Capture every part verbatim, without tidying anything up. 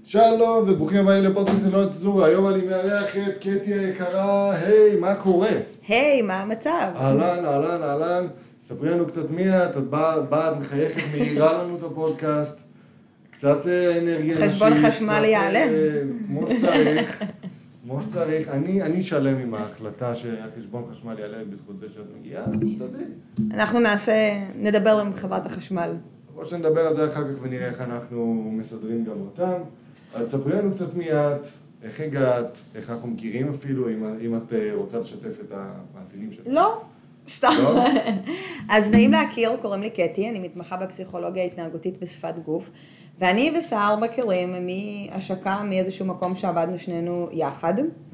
שלום וברוכים הבאים לפודקאסט אלון צנזורה. היום אני מארח את קטי היקרה. היי, מה קורה? היי, מה המצב? אהלן, אהלן, אהלן. ספרי לנו קצת מי את, את באה, באה, מחייכת, מהירה לנו את הפודקאסט. קצת אנרגיה נשית. חשבון חשמל יעלה. כמו שצריך. כמו שצריך. אני, אני שלם עם ההחלטה שהחשבון חשמל יעלה בזכות זה שאת מגיעה, שתדעי. אנחנו נעשה, נדבר עם חברת החשמל. או שנדבר על זה אחר כך ונראה איך אנחנו מסדרים גם אותם. אז ספרי לנו קצת מי את, איך הגעת, איך אנחנו מכירים אפילו, אם, אם את רוצה לשתף את המאזינים שלנו. לא, סתם. לא? אז נעים להכיר, קוראים לי קטי, אני מתמחה בפסיכולוגיה התנהגותית בשפת גוף, ואני וסער מכירים מהשקה, מאיזשהו מקום שעבדנו שנינו יחד,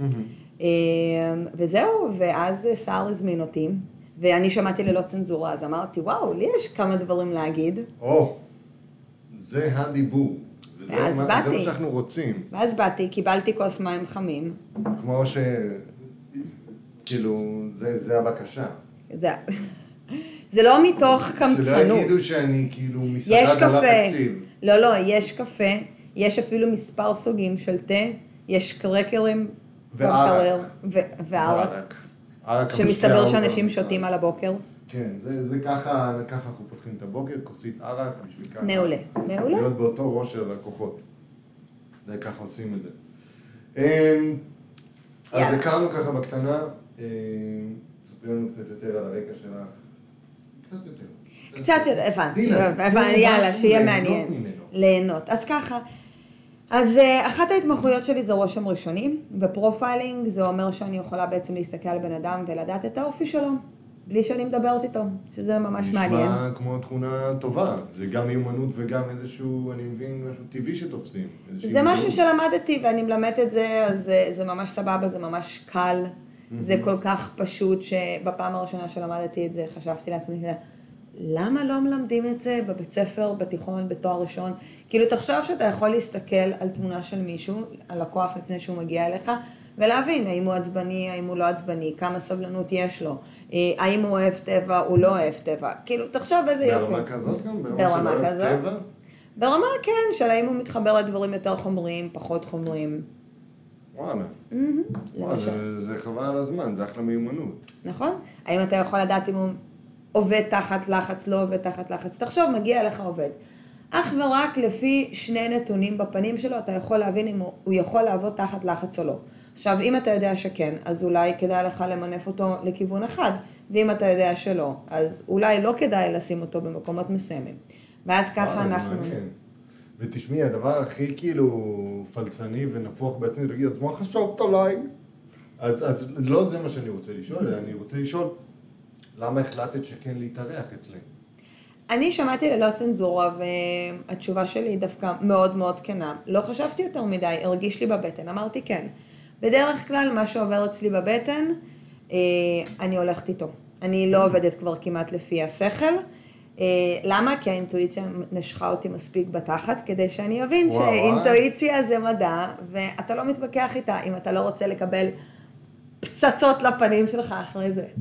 וזהו, ואז סער הזמין אותי, ואני שמעתי ללא צנזורה, אז אמרתי, וואו, לי יש כמה דברים להגיד. או, זה הדיבור. ואז זה באתי. מה שאנחנו רוצים. ואז באתי, קיבלתי כוס מים חמים. כמו ש... כאילו, זה, זה הבקשה. זה, זה לא מתוך קמצנות. שלא יגידו שאני כאילו יש מסעד על קפה. התקציב. לא, לא, יש קפה, יש אפילו מספר סוגים של תה, יש קרקרים. וערק. ו- וערק. ערק שמסתבר המשקה שאנשים האהוב שותים על הבוקר. כן, זה, זה ככה, ככה אנחנו פותחים את הבוקר, כוסית ערק, בשביל ככה. מעולה, מעולה. להיות באותו ראש של לקוחות. זה ככה עושים את זה. אז יאללה. הכרנו ככה בקטנה, ספרי לנו קצת יותר על הרקע שלך. קצת יותר. קצת יותר, הבנתי, דינה, הבנתי, יאללה, משהו שיהיה ליהנות מעניין. ממנו. ליהנות. אז ככה, אז אחת ההתמחויות שלי זה רושם ראשוני, ופרופיילינג זה אומר שאני יכולה בעצם להסתכל על בן אדם ולדעת את האופי שלו, בלי שאני מדברת איתו, שזה ממש מעניין. נשמע כמו תכונה טובה, זה גם מיומנות וגם איזשהו, אני מבין, משהו טבעי שתופסים. זה משהו שלמדתי ואני מלמדת את זה, אז זה, זה ממש סבבה, זה ממש קל, זה כל כך פשוט שבפעם הראשונה שלמדתי את זה חשבתי לעצמי, למה לא מלמדים את זה בבית ספר, בתיכון, בתואר ראשון? כאילו תחשוב שאתה יכול להסתכל על תמונה של מישהו, על לקוח לפני שהוא מגיע אליך, ולהבין האם הוא עצבני, האם הוא לא עצבני, כמה סבלנות יש לו, האם הוא אוהב טבע, הוא לא אוהב טבע. כאילו תחשוב איזה יופי. ברמה כזאת גם? ברמה ברמה כזאת. טבע? ברמה כן, של האם הוא מתחבר לדברים יותר חומריים, פחות חומריים. וואלה. וואלה, למשל. זה, זה חבל על הזמן, זה אחלה מיומנות. נכון? האם אתה יכול לדעת אם הוא עובד תחת לחץ, לא עובד תחת לחץ? תחשוב, מגיע אליך עובד. אך ורק לפי שני נתונים בפנים שלו, אתה יכול להבין אם הוא, הוא יכול לעבוד תחת לחץ או לא. עכשיו, אם אתה יודע שכן, אז אולי כדאי לך למנף אותו לכיוון אחד, ואם אתה יודע שלא, אז אולי לא כדאי לשים אותו במקומות מסוימים. ואז ככה וואלה, זה אנחנו... מעניין. ותשמעי, הדבר הכי כאילו פלצני ונפוח בעצם, תגיד, אז מה חשבת עליי? אז, אז לא זה מה שאני רוצה לשאול, אלא אני רוצה לשאול, למה החלטת שכן להתארח אצלי? אני שמעתי ללא צנזורה, והתשובה שלי היא דווקא מאוד מאוד כנה. לא חשבתי יותר מדי, הרגיש לי בבטן, אמרתי כן. בדרך כלל, מה שעובר אצלי בבטן, אני הולכת איתו. אני לא עובדת כבר כמעט לפי השכל. למה? כי האינטואיציה נשכה אותי מספיק בתחת, כדי שאני אבין שאינטואיציה זה מדע, ואתה לא מתווכח איתה אם אתה לא רוצה לקבל פצצות לפנים שלך אחרי זה.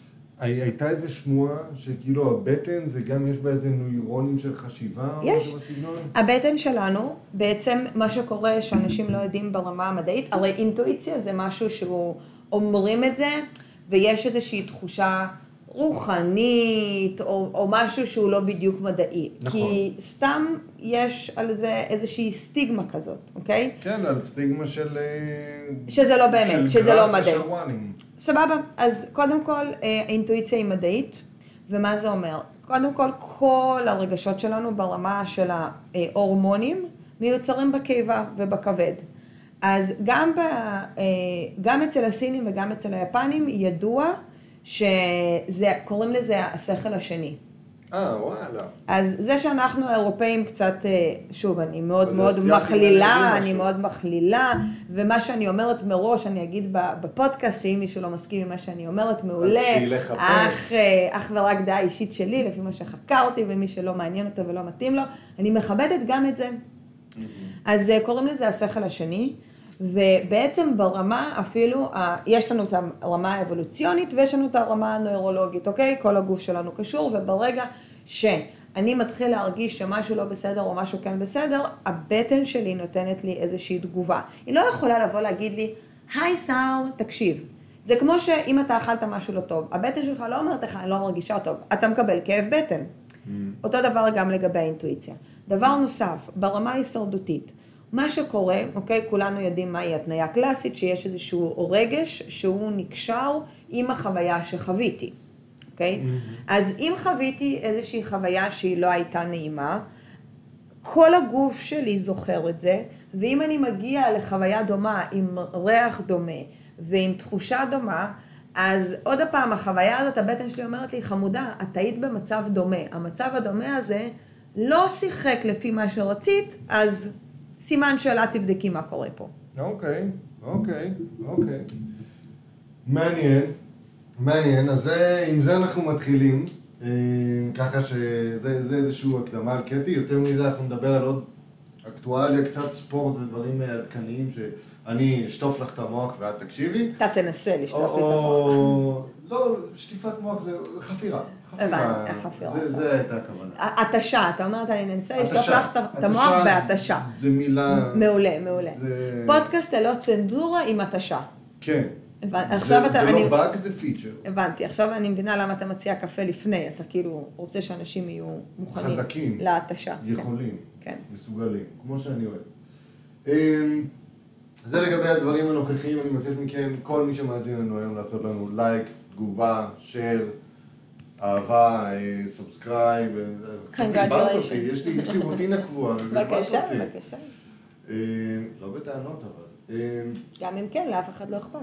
הייתה איזו שמועה שכאילו הבטן זה גם יש בה איזה נוירונים של חשיבה? יש. הבטן שלנו, בעצם מה שקורה שאנשים לא יודעים ברמה המדעית, הרי אינטואיציה זה משהו שהוא אומרים את זה, ויש איזושהי תחושה רוחנית, או, או משהו שהוא לא בדיוק מדעי. נכון. כי סתם יש על זה איזושהי סטיגמה כזאת, אוקיי? כן, על סטיגמה של... שזה לא באמת, שזה לא מדעי. של גראס ושרואנים. סבבה, אז קודם כל האינטואיציה היא מדעית, ומה זה אומר? קודם כל כל הרגשות שלנו ברמה של ההורמונים מיוצרים בקיבה ובכבד. אז גם, ב, גם אצל הסינים וגם אצל היפנים ידוע שקוראים לזה השכל השני. אה, וואלה. אז זה שאנחנו האירופאים קצת, שוב, אני מאוד מאוד מכלילה, אני מאוד מכלילה, ומה שאני אומרת מראש, אני אגיד בפודקאסט, שאם מישהו לא מסכים עם מה שאני אומרת, מעולה, אך, אך ורק דעה אישית שלי, לפי מה שחקרתי, ומי שלא מעניין אותו ולא מתאים לו, אני מכבדת גם את זה. אז קוראים לזה השכל השני, ובעצם ברמה אפילו, יש לנו את הרמה האבולוציונית ויש לנו את הרמה הנוירולוגית, אוקיי? כל הגוף שלנו קשור, וברגע אני מתחיל להרגיש שמשהו לא בסדר או משהו כן בסדר, הבטן שלי נותנת לי איזושהי תגובה. היא לא יכולה לבוא להגיד לי, היי סער, תקשיב. זה כמו שאם אתה אכלת משהו לא טוב, הבטן שלך לא אומרת לך, אני לא מרגישה טוב, אתה מקבל כאב בטן. Mm. אותו דבר גם לגבי האינטואיציה. דבר נוסף, ברמה ההישרדותית, מה שקורה, אוקיי, כולנו יודעים מהי התניה קלאסית, שיש איזשהו רגש שהוא נקשר עם החוויה שחוויתי. אוקיי? Mm-hmm. אז אם חוויתי איזושהי חוויה שהיא לא הייתה נעימה, כל הגוף שלי זוכר את זה, ואם אני מגיע לחוויה דומה עם ריח דומה ועם תחושה דומה, אז עוד פעם, החוויה הזאת, הבטן שלי אומרת לי, חמודה, את היית במצב דומה. המצב הדומה הזה לא שיחק לפי מה שרצית, אז סימן שאלה תבדקי מה קורה פה. אוקיי, אוקיי, אוקיי. מעניין. מעניין, אז זה, עם זה אנחנו מתחילים, ככה שזה זה איזשהו הקדמה על קטי, יותר מזה אנחנו נדבר על עוד אקטואליה, קצת ספורט ודברים עדכניים שאני אשטוף לך את המוח ואת תקשיבי. אתה תנסה לשטוף את המוח. לא, שטיפת מוח זה חפירה. הבנתי, חפירה. זה הייתה הכוונה. התשה, אתה אומרת אני ננסה לשטוף לך את המוח בהתשה. זה מילה... מעולה, מעולה. פודקאסט ללא צנזורה עם התשה. כן. עכשיו אתה, זה אני, לא באג, זה פיצ'ר. הבנתי, עכשיו אני מבינה למה אתה מציע קפה לפני, אתה כאילו רוצה שאנשים יהיו מוכנים. חזקים. להתשה. יכולים. כן. מסוגלים, כמו שאני אוהב. זה לגבי הדברים הנוכחיים, אני מבקש מכם, כל מי שמאזין לנו היום לעשות לנו לייק, תגובה, שייר, אהבה, סאבסקרייב. Congratulations. יש לי רוטינה קבועה. בבקשה, בבקשה. לא בטענות אבל. גם אם כן, לאף אחד לא אכפת.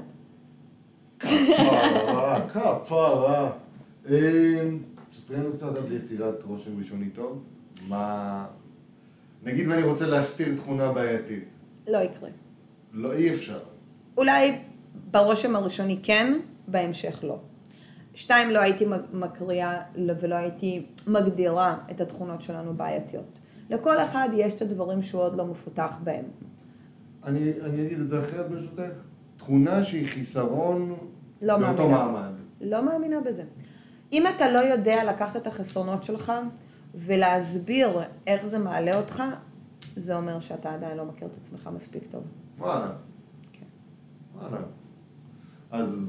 כפרה, כפרה. ספרנו קצת על יצירת רושם ראשוני טוב. מה... נגיד ואני רוצה להסתיר תכונה בעייתית. לא יקרה. לא, אי אפשר. אולי ברושם הראשוני כן, בהמשך לא. שתיים, לא הייתי מקריאה ולא הייתי מגדירה את התכונות שלנו בעייתיות. לכל אחד יש את הדברים שהוא עוד לא מפותח בהם. אני, אני אגיד את זה אחרת ברשותך. תכונה שהיא חיסרון לא באותו מאמינה. מעמד. לא מאמינה בזה. אם אתה לא יודע לקחת את החסרונות שלך ולהסביר איך זה מעלה אותך, זה אומר שאתה עדיין לא מכיר את עצמך מספיק טוב. וואלה. כן. וואלה. אז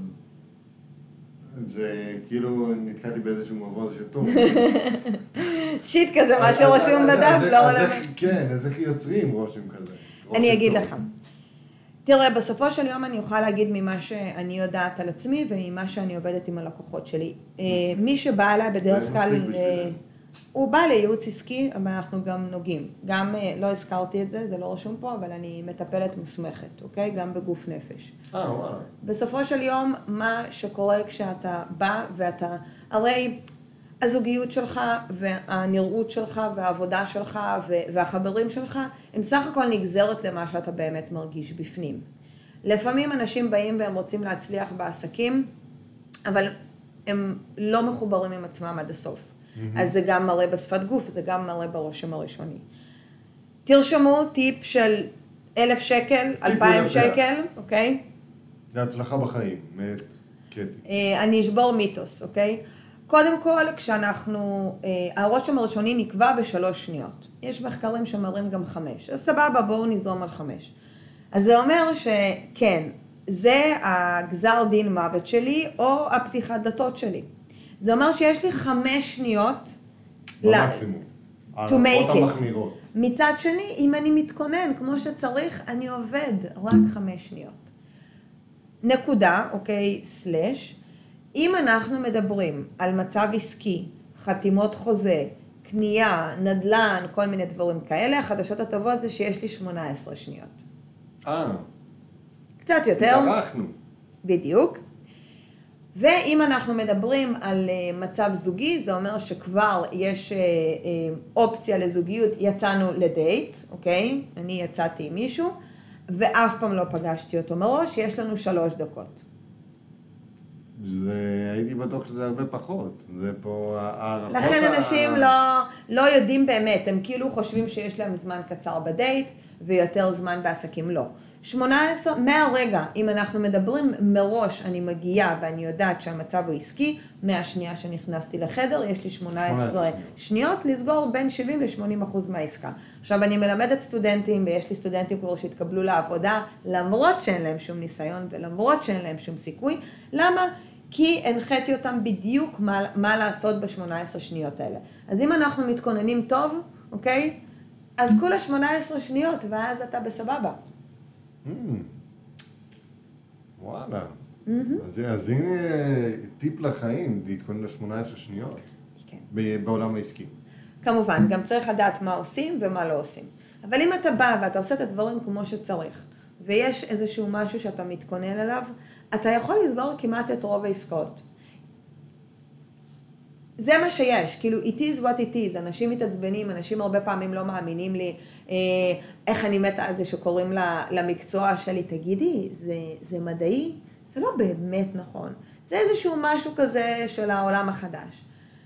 זה כאילו נתקעתי באיזשהו מבוא שטוב. שיט כזה, מה שרושם בדף, לא עולה. כן, אז איך יוצרים רושם כזה? אני אגיד לך. תראה, בסופו של יום אני אוכל להגיד ממה שאני יודעת על עצמי וממה שאני עובדת עם הלקוחות שלי. מי שבא אליי בדרך כלל, הוא בא לייעוץ עסקי, אבל אנחנו גם נוגעים. גם, לא הזכרתי את זה, זה לא רשום פה, אבל אני מטפלת מוסמכת, אוקיי? גם בגוף נפש. אה, וואלה. בסופו של יום, מה שקורה כשאתה בא ואתה, הרי הזוגיות שלך והנראות שלך והעבודה שלך והחברים שלך, הם סך הכל נגזרת למה שאתה באמת מרגיש בפנים. לפעמים אנשים באים והם רוצים להצליח בעסקים, אבל הם לא מחוברים עם עצמם עד הסוף. Mm-hmm. אז זה גם מראה בשפת גוף, זה גם מראה ברושם הראשוני. תרשמו טיפ של אלף שקל, אלפיים שקל, אוקיי? להצלחה בחיים, מאת קטי. אני אשבור מיתוס, אוקיי? קודם כל, כשאנחנו, הרושם הראשוני נקבע בשלוש שניות. יש מחקרים שמראים גם חמש. אז סבבה, בואו נזרום על חמש. אז זה אומר שכן, זה הגזר דין מוות שלי, או הפתיחת דלתות שלי. זה אומר שיש לי חמש שניות. במקסימום. to make it. המחמירות. מצד שני, אם אני מתכונן כמו שצריך, אני עובד רק חמש שניות. נקודה, אוקיי, סלש. אם אנחנו מדברים על מצב עסקי, חתימות חוזה, קנייה, נדל"ן, כל מיני דברים כאלה, החדשות הטובות זה שיש לי שמונה עשרה שניות. אה. קצת יותר. התארחנו. בדיוק. ואם אנחנו מדברים על מצב זוגי, זה אומר שכבר יש אופציה לזוגיות, יצאנו לדייט, אוקיי? אני יצאתי עם מישהו, ואף פעם לא פגשתי אותו מראש, יש לנו שלוש דקות. זה, הייתי בטוח שזה הרבה פחות, זה פה הערכות. לכן אנשים ה... לא, לא יודעים באמת, הם כאילו חושבים שיש להם זמן קצר בדייט, ויותר זמן בעסקים לא. שמונה עשרה, מהרגע, אם אנחנו מדברים מראש, אני מגיעה ואני יודעת שהמצב הוא עסקי, מהשנייה שנכנסתי לחדר, יש לי שמונה עשרה שניות לסגור בין שבעים ל-שמונים אחוז מהעסקה. עכשיו, אני מלמדת סטודנטים, ויש לי סטודנטים כבר שהתקבלו לעבודה, למרות שאין להם שום ניסיון, ולמרות שאין להם שום סיכוי. למה? כי הנחיתי אותם בדיוק מה, מה לעשות ב-שמונה עשרה שניות האלה. אז אם אנחנו מתכוננים טוב, אוקיי? אז כולה שמונה עשרה שניות, ואז אתה בסבבה. וואלה. אז הנה טיפ לחיים, להתכונן ל-שמונה עשרה שניות. כן. בעולם העסקי. כמובן, גם צריך לדעת מה עושים ומה לא עושים. אבל אם אתה בא ואתה עושה את הדברים כמו שצריך, ויש איזשהו משהו שאתה מתכונן אליו, אתה יכול לסגור כמעט את רוב העסקאות. זה מה שיש, כאילו, it is what it is, אנשים מתעצבנים, אנשים הרבה פעמים לא מאמינים לי, אה, איך אני מתה על זה שקוראים למקצוע שלי, תגידי, זה, זה מדעי? זה לא באמת נכון, זה איזשהו משהו כזה של העולם החדש.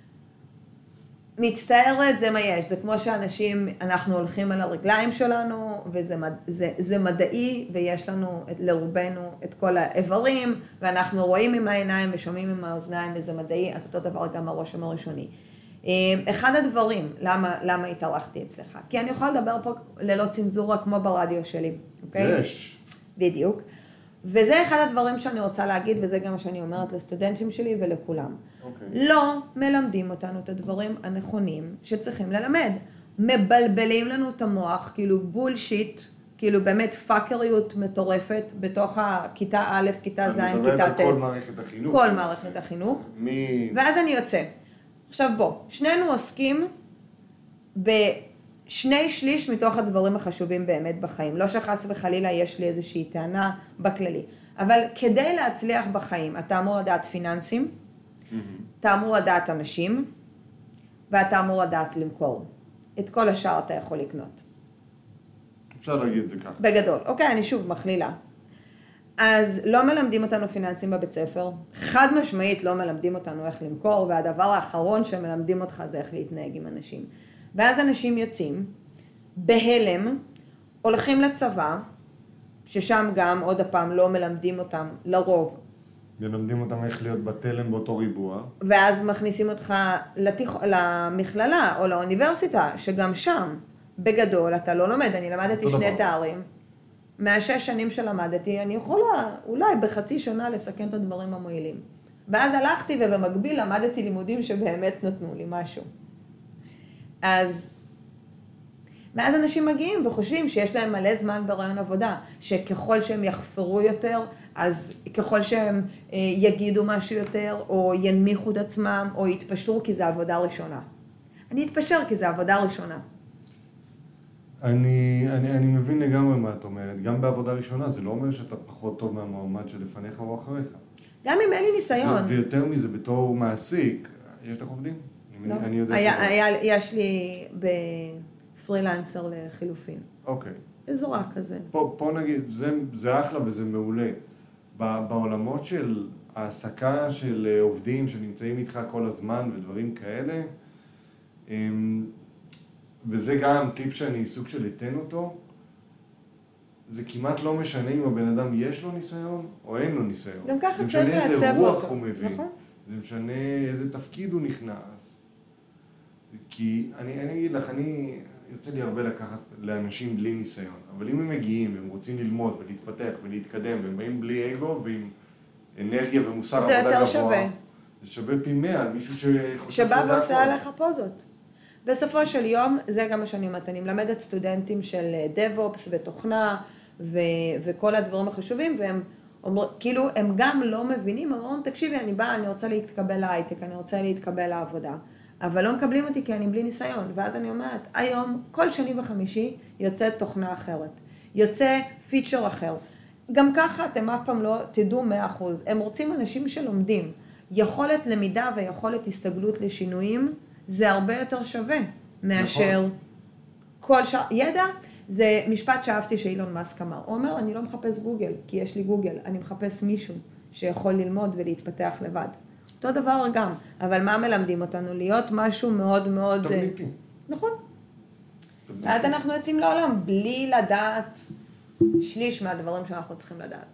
מצטערת, זה מה יש, זה כמו שאנשים, אנחנו הולכים על הרגליים שלנו, וזה זה, זה מדעי, ויש לנו לרובנו את כל האיברים, ואנחנו רואים עם העיניים ושומעים עם האוזניים, וזה מדעי, אז אותו דבר גם הרושם הראשוני. אחד הדברים, למה, למה התארחתי אצלך? כי אני יכולה לדבר פה ללא צנזורה כמו ברדיו שלי, אוקיי? יש. בדיוק. וזה אחד הדברים שאני רוצה להגיד, וזה גם מה שאני אומרת לסטודנטים שלי ולכולם. Okay. לא מלמדים אותנו את הדברים הנכונים שצריכים ללמד. מבלבלים לנו את המוח, כאילו בולשיט, כאילו באמת פאקריות מטורפת בתוך הכיתה א', כיתה ז', כיתה ט'. מדברת על כל מערכת החינוך. כל מערכת החינוך. מ... ואז אני יוצא. עכשיו בוא, שנינו עוסקים בשני שליש מתוך הדברים החשובים באמת בחיים. לא שחס וחלילה יש לי איזושהי טענה בכללי. אבל כדי להצליח בחיים, אתה אמור לדעת פיננסים, אתה אמור לדעת אנשים, ואתה אמור לדעת למכור. את כל השאר אתה יכול לקנות. אפשר להגיד את זה ככה. בגדול. אוקיי, אני שוב מכלילה. אז לא מלמדים אותנו פיננסים בבית ספר, חד משמעית לא מלמדים אותנו איך למכור, והדבר האחרון שמלמדים אותך זה איך להתנהג עם אנשים. ואז אנשים יוצאים, בהלם, הולכים לצבא, ששם גם עוד הפעם לא מלמדים אותם לרוב, מלמדים אותם איך להיות בתלם באותו ריבוע. ואז מכניסים אותך לתיכ... למכללה או לאוניברסיטה, שגם שם, בגדול, אתה לא לומד. אני למדתי שני דבר. תארים. מהשש שנים שלמדתי, אני יכולה אולי בחצי שנה לסכן את הדברים המועילים. ואז הלכתי ובמקביל למדתי לימודים שבאמת נתנו לי משהו. אז... ואז אנשים מגיעים וחושבים שיש להם מלא זמן ברעיון עבודה, שככל שהם יחפרו יותר, אז ככל שהם יגידו משהו יותר, או ינמיכו את עצמם, או יתפשרו כי זה עבודה ראשונה. אני אתפשר כי זה עבודה ראשונה. אני, אני, אני מבין לגמרי מה את אומרת. גם בעבודה ראשונה זה לא אומר שאתה פחות טוב מהמועמד שלפניך או אחריך. גם אם אין לי ניסיון. ויותר מזה, בתור מעסיק, יש לך עובדים? לא. אני יודע היה, היה, יש לי בפרילנסר לחילופין. אוקיי. אזורה כזה. פה, פה נגיד, זה, זה אחלה וזה מעולה. בעולמות של העסקה של עובדים שנמצאים איתך כל הזמן ודברים כאלה, וזה גם טיפ שאני סוג של אתן אותו, זה כמעט לא משנה אם הבן אדם יש לו ניסיון או אין לו ניסיון. גם ככה צריך לעצב אותו. זה משנה איזה רוח הוא מבין. נכון. זה משנה איזה תפקיד הוא נכנס. כי אני, אני אגיד לך, אני יוצא לי הרבה לקחת לאנשים בלי ניסיון, אבל אם הם מגיעים והם רוצים ללמוד ולהתפתח ולהתקדם, והם באים בלי אגו ועם אנרגיה ומוסר עבודה גבוה, שווה. זה שווה פי מאה על מישהו שחושב שבא ועושה עליך פוזות. בסופו של יום, זה גם מה שאני אומרת, אני מלמדת סטודנטים של דב-אופס ותוכנה ו- וכל הדברים החשובים, והם אומר, כאילו, הם גם לא מבינים, הם אומרים, תקשיבי, אני באה, אני רוצה להתקבל להייטק, אני רוצה להתקבל לעבודה, אבל לא מקבלים אותי כי אני בלי ניסיון. ואז אני אומרת, היום, כל שני וחמישי, יוצאת תוכנה אחרת, יוצא פיצ'ר אחר. גם ככה אתם אף פעם לא תדעו מאה אחוז, הם רוצים אנשים שלומדים. יכולת למידה ויכולת הסתגלות לשינויים, זה הרבה יותר שווה מאשר נכון. כל ש... ידע, זה משפט שאהבתי שאילון מאסק אמר. הוא אומר, אני לא מחפש גוגל, כי יש לי גוגל, אני מחפש מישהו שיכול ללמוד ולהתפתח לבד. אותו דבר גם, אבל מה מלמדים אותנו? להיות משהו מאוד מאוד... תבניתי. נכון. ואז אנחנו יוצאים לעולם בלי לדעת שליש מהדברים שאנחנו צריכים לדעת.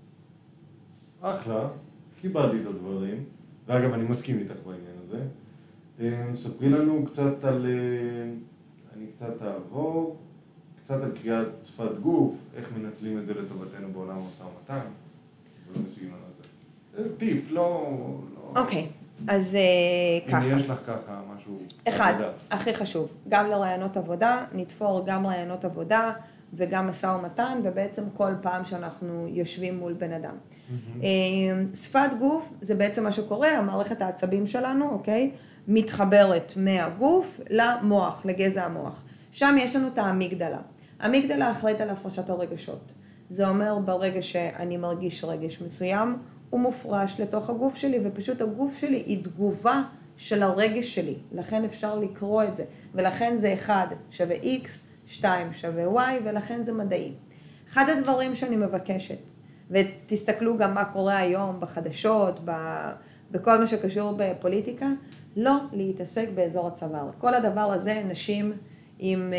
אחלה, קיבלתי את הדברים, ואגב אני מסכים איתך בעניין הזה. ספרי לנו קצת על, אני קצת אעבור, קצת על קריאת שפת גוף, איך מנצלים את זה לטובתנו בעולם המשא ומתן, ולא משיגים לנו את זה. טיפ, לא... אוקיי, אז ככה. אם יש לך ככה משהו... אחד, הכי חשוב, גם לרעיונות עבודה, נתפור גם רעיונות עבודה וגם משא ומתן, ובעצם כל פעם שאנחנו יושבים מול בן אדם. שפת גוף זה בעצם מה שקורה, המערכת העצבים שלנו, אוקיי? מתחברת מהגוף למוח, לגזע המוח. שם יש לנו את האמיגדלה. האמיגדלה אחראית על הפרשת הרגשות. זה אומר ברגע שאני מרגיש רגש מסוים, הוא מופרש לתוך הגוף שלי, ופשוט הגוף שלי היא תגובה של הרגש שלי. לכן אפשר לקרוא את זה. ולכן זה אחד שווה X, שתיים שווה Y, ולכן זה מדעי. אחד הדברים שאני מבקשת, ותסתכלו גם מה קורה היום בחדשות, בכל מה שקשור בפוליטיקה, לא להתעסק באזור הצוואר. כל הדבר הזה, נשים עם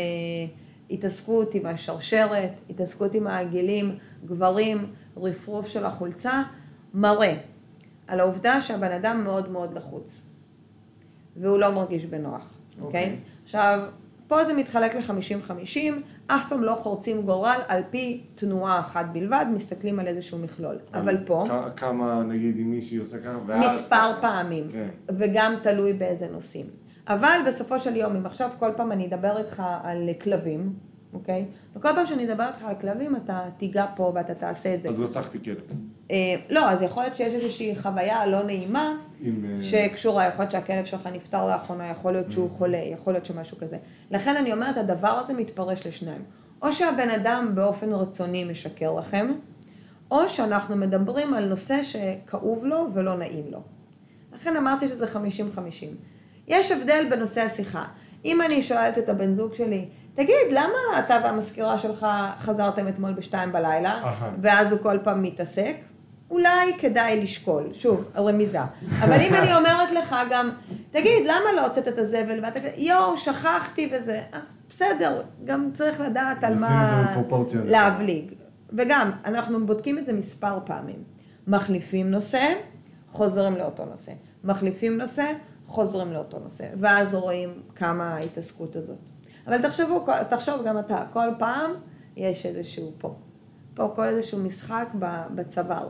התעסקות עם השרשרת, התעסקות עם העגילים, גברים, רפרוף של החולצה, מראה על העובדה שהבן אדם מאוד מאוד לחוץ, והוא לא מרגיש בנוח, אוקיי? Okay. עכשיו, פה זה מתחלק ל-חמישים חמישים, אף פעם לא חורצים גורל על פי תנועה אחת בלבד, מסתכלים על איזשהו מכלול. אבל פה... כמה, נגיד, אם מישהי עושה ככה, מספר פעמים, וגם תלוי באיזה נושאים. אבל בסופו של יום, אם עכשיו כל פעם אני אדבר איתך על כלבים, אוקיי? וכל פעם שאני אדבר איתך על כלבים, אתה תיגע פה ואתה תעשה את זה. אז רצחתי כלב. לא, אז יכול להיות שיש איזושהי חוויה לא נעימה, שקשורה, יכול להיות שהכלב שלך נפטר לאחרונה, יכול להיות שהוא חולה, יכול להיות שמשהו כזה. לכן אני אומרת, הדבר הזה מתפרש לשניים. או שהבן אדם באופן רצוני משקר לכם, או שאנחנו מדברים על נושא שכאוב לו ולא נעים לו. לכן אמרתי שזה חמישים חמישים. יש הבדל בנושא השיחה. אם אני שואלת את הבן זוג שלי, תגיד, למה אתה והמזכירה שלך חזרתם אתמול בשתיים בלילה, ואז הוא כל פעם מתעסק? אולי כדאי לשקול, שוב, רמיזה. אבל אם אני אומרת לך גם, תגיד, למה לא הוצאת את הזבל? ואתה כזה, יואו, שכחתי וזה. אז בסדר, גם צריך לדעת על מה להבליג. וגם, אנחנו בודקים את זה מספר פעמים. מחליפים נושא, חוזרים לאותו נושא. מחליפים נושא, חוזרים לאותו נושא. ואז רואים כמה ההתעסקות הזאת. אבל תחשבו, תחשוב גם אתה, כל פעם יש איזשהו פה. פה כל איזשהו משחק בצוואר.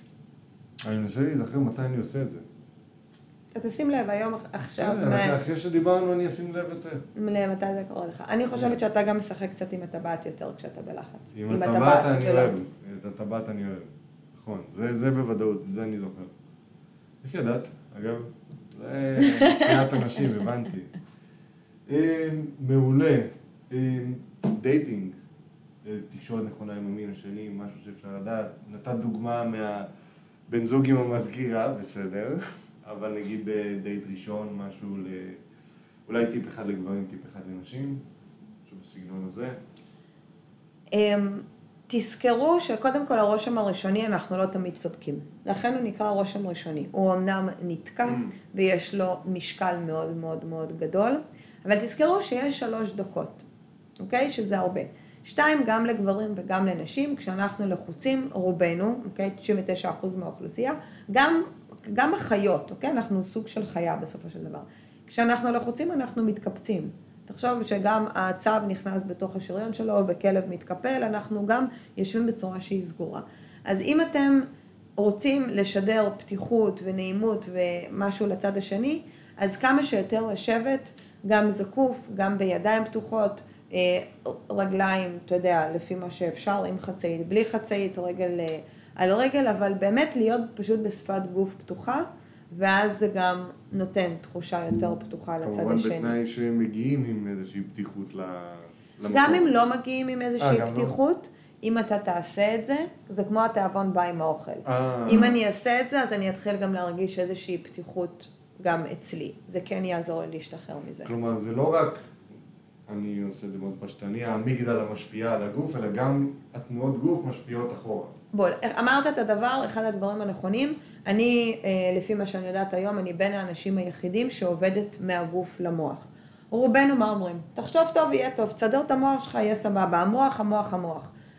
אני מנסה להיזכר מתי אני עושה את זה. אתה תשים לב היום עכשיו. אחרי שדיברנו אני אשים לב יותר. מתי זה קורה לך? אני חושבת שאתה גם משחק קצת עם הטבעת יותר כשאתה בלחץ. עם הטבעת אני אוהב. את הטבעת אני אוהב. נכון, זה בוודאות, זה אני זוכר. איך ידעת? אגב, זה קריאת אנשים, הבנתי. מעולה. דייטינג. תקשורת נכונה עם המין השני, משהו שאפשר לדעת. נתת דוגמה מהבן זוג עם המזכירה, בסדר. אבל נגיד בדייט ראשון, משהו ל... אולי טיפ אחד לגברים, טיפ אחד לנשים, משהו בסגנון הזה. תזכרו שקודם כל הרושם הראשוני אנחנו לא תמיד צודקים. לכן הוא נקרא רושם ראשוני. הוא אמנם נתקע ויש לו משקל מאוד מאוד מאוד גדול, אבל תזכרו שיש שלוש דקות, אוקיי? שזה הרבה. שתיים, גם לגברים וגם לנשים, כשאנחנו לחוצים, רובנו, אוקיי? תשעים ותשעה אחוז מהאוכלוסייה, גם, גם החיות, אוקיי? אנחנו סוג של חיה בסופו של דבר. כשאנחנו לחוצים, אנחנו מתקפצים. תחשוב שגם הצב נכנס בתוך השריון שלו, וכלב מתקפל, אנחנו גם יושבים בצורה שהיא סגורה. אז אם אתם רוצים לשדר פתיחות ונעימות ומשהו לצד השני, אז כמה שיותר לשבת, גם זקוף, גם בידיים פתוחות, רגליים, אתה יודע, לפי מה שאפשר, עם חצאית, בלי חצאית, רגל על רגל, אבל באמת להיות פשוט בשפת גוף פתוחה, ואז זה גם נותן תחושה יותר פתוחה לצד השני. כמובן בתנאי שהם מגיעים עם איזושהי פתיחות למקום. גם אם לא מגיעים עם איזושהי פתיחות, אם אתה תעשה את זה, זה כמו התיאבון בא עם האוכל. אם אני אעשה את זה, אז אני אתחיל גם להרגיש איזושהי פתיחות גם אצלי. זה כן יעזור לי להשתחרר מזה. כלומר, זה לא רק, אני עושה את זה מאוד פשטני, המגדל המשפיעה על הגוף, אלא גם התנועות גוף משפיעות אחורה. בוא, אמרת את הדבר, אחד הדברים הנכונים, אני, לפי מה שאני יודעת היום, אני בין האנשים היחידים שעובדת מהגוף למוח. רובנו מה אומרים? תחשוב טוב, יהיה טוב, תסדר את המוח שלך, יהיה סבבה, המוח, המוח, המוח.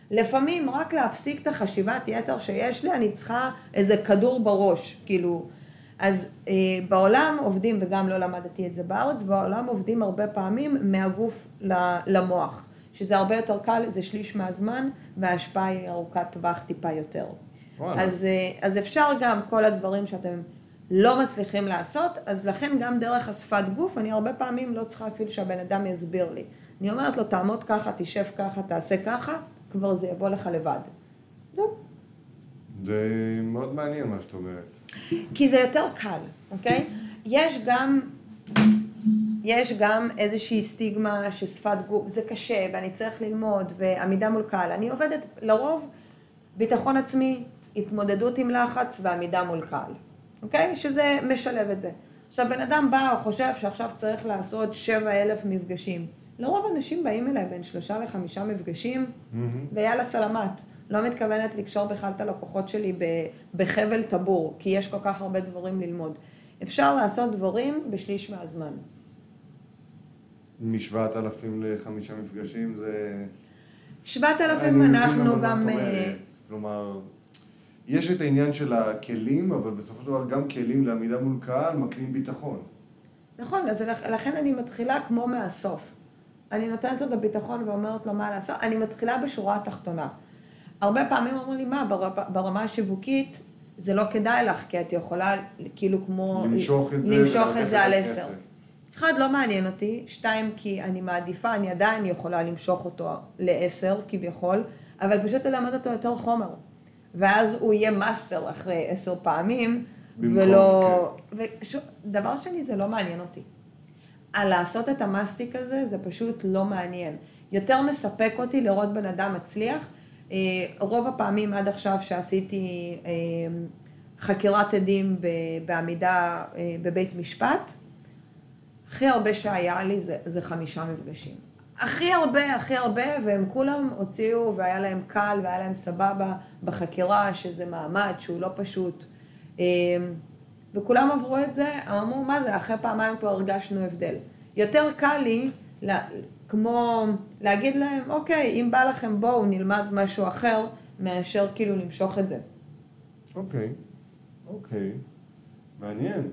לפעמים רק להפסיק את החשיבת יתר שיש לי, אני צריכה איזה כדור בראש, כאילו. אז אה, בעולם עובדים, וגם לא למדתי את זה בארץ, בעולם עובדים הרבה פעמים מהגוף למוח, שזה הרבה יותר קל, זה שליש מהזמן, וההשפעה היא ארוכת טווח טיפה יותר. אז, אה, אז אפשר גם כל הדברים שאתם לא מצליחים לעשות, אז לכן גם דרך השפת גוף, אני הרבה פעמים לא צריכה אפילו שהבן אדם יסביר לי. אני אומרת לו, תעמוד ככה, תשב ככה, תעשה ככה, כבר זה יבוא לך לבד. זהו. זה מאוד מעניין מה שאת אומרת. כי זה יותר קל, אוקיי? יש גם, יש גם איזושהי סטיגמה ששפת גוף, זה קשה ואני צריך ללמוד ועמידה מול קהל. אני עובדת לרוב ביטחון עצמי, התמודדות עם לחץ ועמידה מול קהל, אוקיי? שזה משלב את זה. עכשיו בן אדם בא או חושב שעכשיו צריך לעשות שבע אלף מפגשים. לרוב אנשים באים אליי בין שלושה לחמישה מפגשים mm-hmm. ויאללה סלמת. לא מתכוונת לקשור בכלל את הלקוחות שלי בחבל טבור, כי יש כל כך הרבה דברים ללמוד. אפשר לעשות דברים בשליש מהזמן. משבעת אלפים לחמישה מפגשים זה... שבעת אלפים אנחנו גם... כלומר, יש את העניין של הכלים, אבל בסופו של דבר גם כלים לעמידה מול קהל מקנים ביטחון. נכון, אז לכן אני מתחילה כמו מהסוף. אני נותנת לו את הביטחון ואומרת לו מה לעשות. אני מתחילה בשורה התחתונה. הרבה פעמים אומרים לי, מה, ברמה השיווקית זה לא כדאי לך, כי את יכולה כאילו כמו... למשוך את זה, למשוך את זה על עשר. אחד, לא מעניין אותי, שתיים, כי אני מעדיפה, אני עדיין יכולה למשוך אותו לעשר כביכול, אבל פשוט ללמד אותו יותר חומר. ואז הוא יהיה מאסטר אחרי עשר פעמים, במקום, ולא... כן. ושוב, דבר שני, זה לא מעניין אותי. על לעשות את המאסטיק הזה, זה פשוט לא מעניין. יותר מספק אותי לראות בן אדם מצליח, רוב הפעמים עד עכשיו שעשיתי חקירת עדים בעמידה בבית משפט, הכי הרבה שהיה לי זה, זה חמישה מפגשים. הכי הרבה, הכי הרבה, והם כולם הוציאו והיה להם קל והיה להם סבבה בחקירה, שזה מעמד שהוא לא פשוט. וכולם עברו את זה, אמרו, מה זה, אחרי פעמיים כבר הרגשנו הבדל. יותר קל לי, כמו להגיד להם, אוקיי, אם בא לכם בואו נלמד משהו אחר, מאשר כאילו למשוך את זה. אוקיי, אוקיי, מעניין.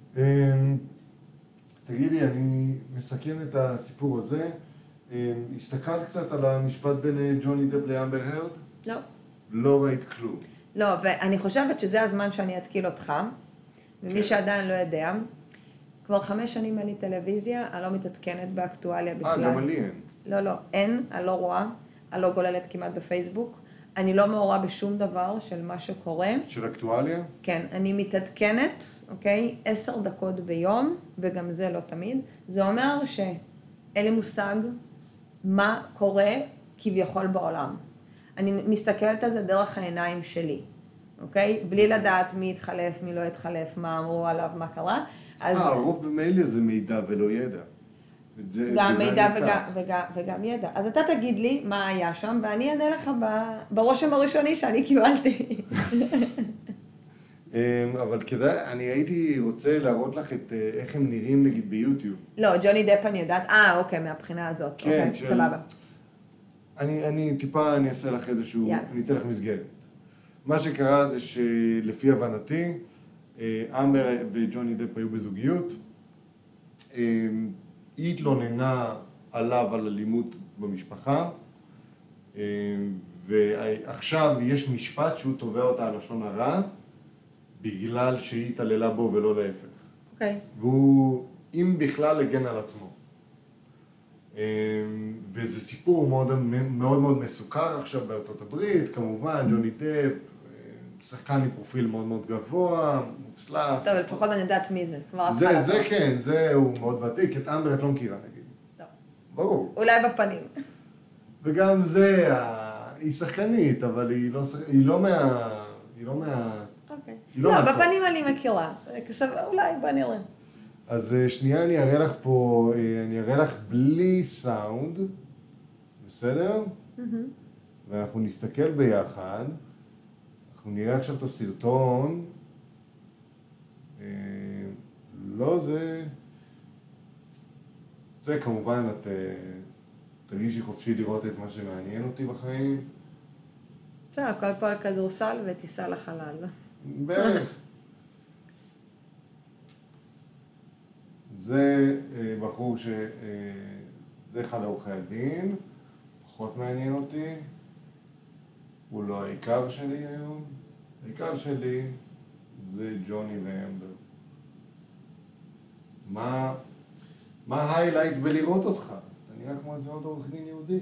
תגידי, אני מסכם את הסיפור הזה. הסתכלת קצת על המשפט בין ג'וני דפ לאמבר הרד? לא. לא ראית כלום. לא, ואני חושבת שזה הזמן שאני אתקיל אותך, ומי שעדיין לא יודע, כבר חמש שנים אין לי טלוויזיה, אני לא מתעדכנת באקטואליה בכלל. אה, גם לי אין. לא, לא, אין, אני לא רואה, אני לא גוללת כמעט בפייסבוק, אני לא מעורה בשום דבר של מה שקורה. של אקטואליה? כן, אני מתעדכנת, אוקיי, עשר דקות ביום, וגם זה לא תמיד. זה אומר שאין לי מושג מה קורה כביכול בעולם. אני מסתכלת על זה דרך העיניים שלי, אוקיי? בלי לדעת מי התחלף, מי לא התחלף, מה אמרו עליו, מה קרה. אה, הרוב במילא זה מידע ולא ידע. גם מידע וגם, וגם, וגם ידע. אז אתה תגיד לי מה היה שם, ואני אענה לך ברושם הראשוני שאני קיבלתי. אבל כדאי, אני הייתי רוצה להראות לך את איך הם נראים נגיד ביוטיוב. לא, ג'וני דפ אני יודעת, אה, אוקיי, מהבחינה הזאת. כן, אוקיי, סבבה. אני, אני טיפה, אני אעשה לך איזשהו, אני אתן לך מסגרת. מה שקרה זה שלפי הבנתי, אמבר וג'וני דפ היו בזוגיות. היא התלוננה עליו על אלימות במשפחה, ועכשיו יש משפט שהוא תובע אותה על לשון הרע, בגלל שהיא התעללה בו ולא להפך. אוקיי. והוא, אם בכלל, הגן על עצמו. וזה סיפור מאוד מאוד, מאוד מסוכר עכשיו בארצות הברית, כמובן, ג'וני דפ, שחקן עם פרופיל מאוד מאוד גבוה, מוצלח. טוב, לפחות אני יודעת מי זה. זה, זה כן, זה הוא מאוד ותיק, את אמבר את לא מכירה נגיד. לא. ברור. אולי בפנים. וגם זה, היא שחקנית, אבל היא לא, היא לא מה... היא לא מה... אוקיי. לא, לא בפנים אני מכירה. אולי, בוא נראה. אז שנייה אני אראה לך פה, אני אראה לך בלי סאונד, בסדר? ואנחנו נסתכל ביחד. אנחנו נראה עכשיו את הסרטון. לא, זה... זה כמובן, את תרגישי חופשי לראות את מה שמעניין אותי בחיים. בסדר, הכל פה על כדורסל ותיסע לחלל. בערך. זה אה, בחור ש... אה, זה אחד העורכי הדין, פחות מעניין אותי. הוא לא העיקר שלי היום. העיקר שלי זה ג'וני ואמבר. מה... מה ההיילייט בלראות אותך? אתה נראה כמו איזה עוד עורך דין יהודי.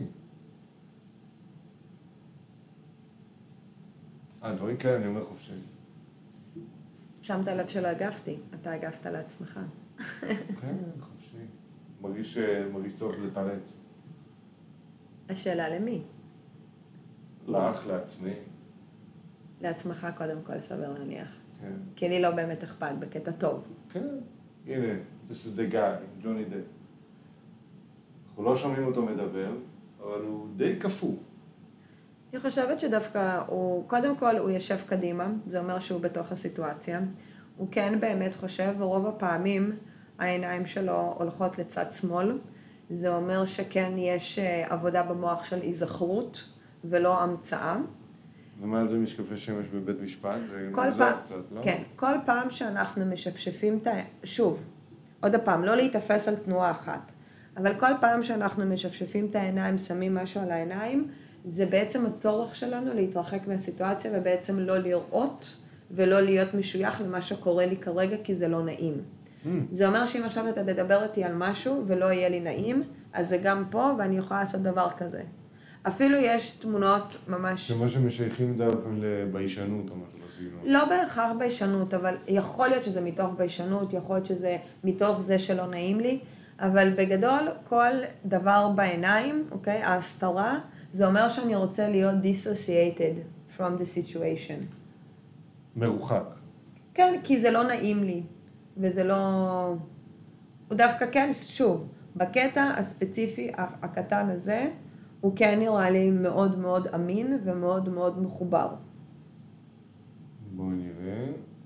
אה, דברים כאלה אני אומר חופשי. שמת לב שלא הגבתי, אתה הגבת לעצמך. כן, חופשי. מרגיש, מרגיש צורך לתרץ. השאלה למי? לך, לעצמי. לעצמך קודם כל, סבר להניח. כן. כי לי לא באמת אכפת, בקטע טוב. כן. הנה, this is the guy, ג'וני דיפ. אנחנו לא שומעים אותו מדבר, אבל הוא די קפוא. אני חושבת שדווקא הוא, קודם כל הוא יושב קדימה, זה אומר שהוא בתוך הסיטואציה. הוא כן באמת חושב, ורוב הפעמים העיניים שלו הולכות לצד שמאל. זה אומר שכן יש עבודה במוח של היזכרות ולא המצאה. ומה זה משקפי שמש בבית משפט? זה כל מוזר פעם, קצת, לא? כן, כל פעם שאנחנו משפשפים את ה... שוב, עוד פעם, לא להתאפס על תנועה אחת, אבל כל פעם שאנחנו משפשפים את העיניים, שמים משהו על העיניים, זה בעצם הצורך שלנו להתרחק מהסיטואציה ובעצם לא לראות ולא להיות משוייך למה שקורה לי כרגע, כי זה לא נעים. Mm. זה אומר שאם עכשיו אתה תדבר איתי על משהו ולא יהיה לי נעים, אז זה גם פה ואני יכולה לעשות דבר כזה. אפילו יש תמונות ממש... זה מה שמשייכים את זה לביישנות או משהו בסגנון. לא בהכרח ביישנות, אבל יכול להיות שזה מתוך ביישנות, יכול להיות שזה מתוך זה שלא נעים לי, אבל בגדול כל דבר בעיניים, אוקיי, ההסתרה, זה אומר שאני רוצה להיות dissociated from the situation. מרוחק. כן, כי זה לא נעים לי, וזה לא... הוא דווקא כן, שוב, בקטע הספציפי הקטן הזה, הוא כן נראה לי מאוד מאוד אמין ומאוד מאוד מחובר. בואי נראה.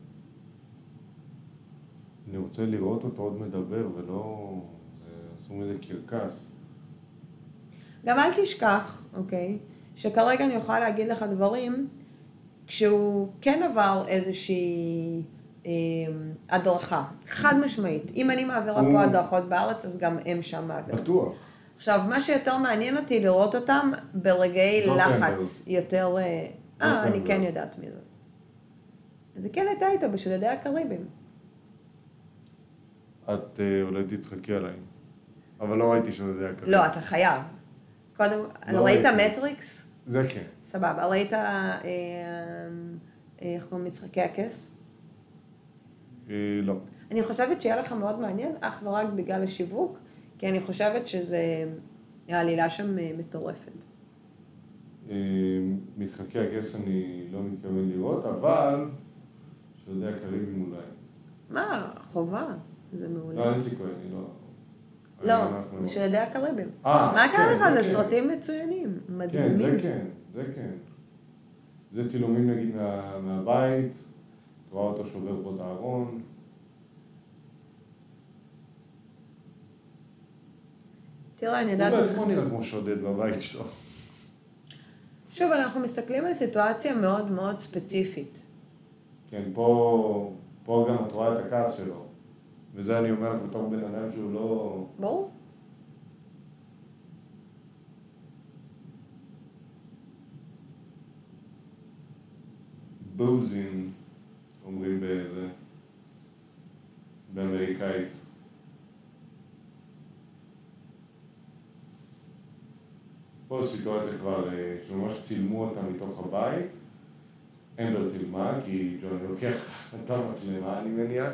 אני רוצה לראות אותו עוד מדבר ולא... עשו מזה קרקס. גם אל תשכח, אוקיי, שכרגע אני יכולה להגיד לך דברים, כשהוא כן עבר איזושהי אה, הדרכה, חד משמעית. אם אני מעבירה הוא... פה הדרכות בארץ, אז גם הם שם מעבירה. בטוח. עכשיו, מה שיותר מעניין אותי לראות אותם ברגעי לחץ יותר... אה, אה אני כן יודעת מי זאת. אז זה כן הייתה איתו בשודדי הקריבים. את אה, אולי תצחקי עליי, אבל לא ראיתי שודדי הקריבים. לא, אתה חייב. קודם, לא ראית מטריקס? זה כן. סבבה, ראית, אה, איך קוראים משחקי הכס? אה, לא. אני חושבת שיהיה לך מאוד מעניין, אך ורק בגלל השיווק, כי אני חושבת שזה, העלילה שם מטורפת. משחקי הכס אני לא מתכוון לראות, אבל שודדי הקריבים אולי. מה? חובה. זה מעולה. לא, אין סיכוי, אני לא... לא, שודדי הקריבים. מה קרה לך? זה סרטים מצוינים, מדהימים. כן, זה כן, זה כן. זה צילומים נגיד מהבית, את רואה אותו שובר פה את הארון. תראה, אני יודעת... הוא בעצמו נראה כמו שודד בבית שלו. שוב, אנחנו מסתכלים על סיטואציה מאוד מאוד ספציפית. כן, פה, פה גם את רואה את הכעס שלו. וזה אני אומר לך בתור בן אדם שהוא לא... ברור. בוזין, אומרים באיזה... באמריקאית. פה סיטואציה כבר, שממש צילמו אותה מתוך הבית. אמבר צילמה, כי ג'וני לוקח את המצלמה, אני מניח.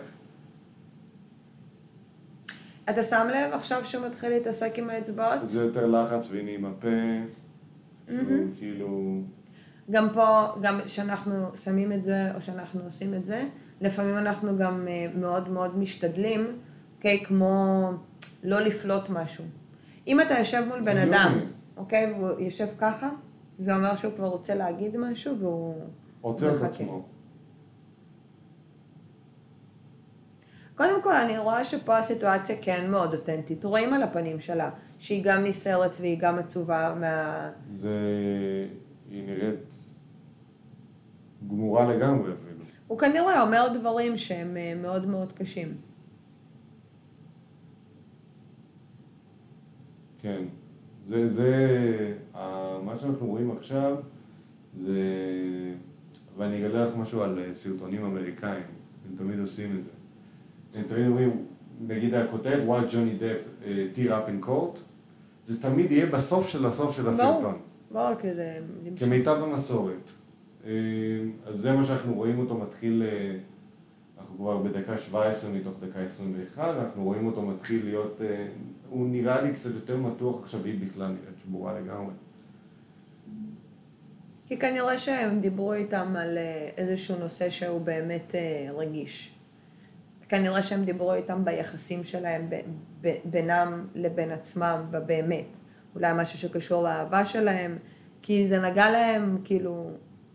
אתה שם לב עכשיו שהוא מתחיל להתעסק עם האצבעות? זה יותר לחץ והנה עם הפה, כאילו... גם פה, גם שאנחנו שמים את זה או שאנחנו עושים את זה, לפעמים אנחנו גם מאוד מאוד משתדלים, אוקיי, כמו לא לפלוט משהו. אם אתה יושב מול בן אדם, אוקיי, והוא יושב ככה, זה אומר שהוא כבר רוצה להגיד משהו והוא... עוצר את עצמו. קודם כל, אני רואה שפה הסיטואציה כן מאוד אותנטית. רואים על הפנים שלה, שהיא גם נסערת והיא גם עצובה מה... זה... היא נראית שמורה לגמרי אפילו. הוא כנראה אומר דברים שהם מאוד מאוד קשים. כן, זה, זה, מה שאנחנו רואים עכשיו, זה, ואני אגלה לך משהו על סרטונים אמריקאים, הם תמיד עושים את זה. הם תמיד אומרים, נגיד הכותרת, why Johnny Depp uh, tear up in court, זה תמיד יהיה בסוף של הסוף של הסרטון. ברור, כי זה... כמיטב המסורת. אז זה מה שאנחנו רואים אותו מתחיל, אנחנו כבר בדקה שבע עשרה מתוך דקה עשרים ואחת, אנחנו רואים אותו מתחיל להיות, הוא נראה לי קצת יותר מתוח, עכשיו היא בכלל נראית שבורה לגמרי. כי כנראה שהם דיברו איתם על איזשהו נושא שהוא באמת רגיש. כנראה שהם דיברו איתם ביחסים שלהם בינם לבין עצמם, באמת. אולי משהו שקשור לאהבה שלהם, כי זה נגע להם, כאילו...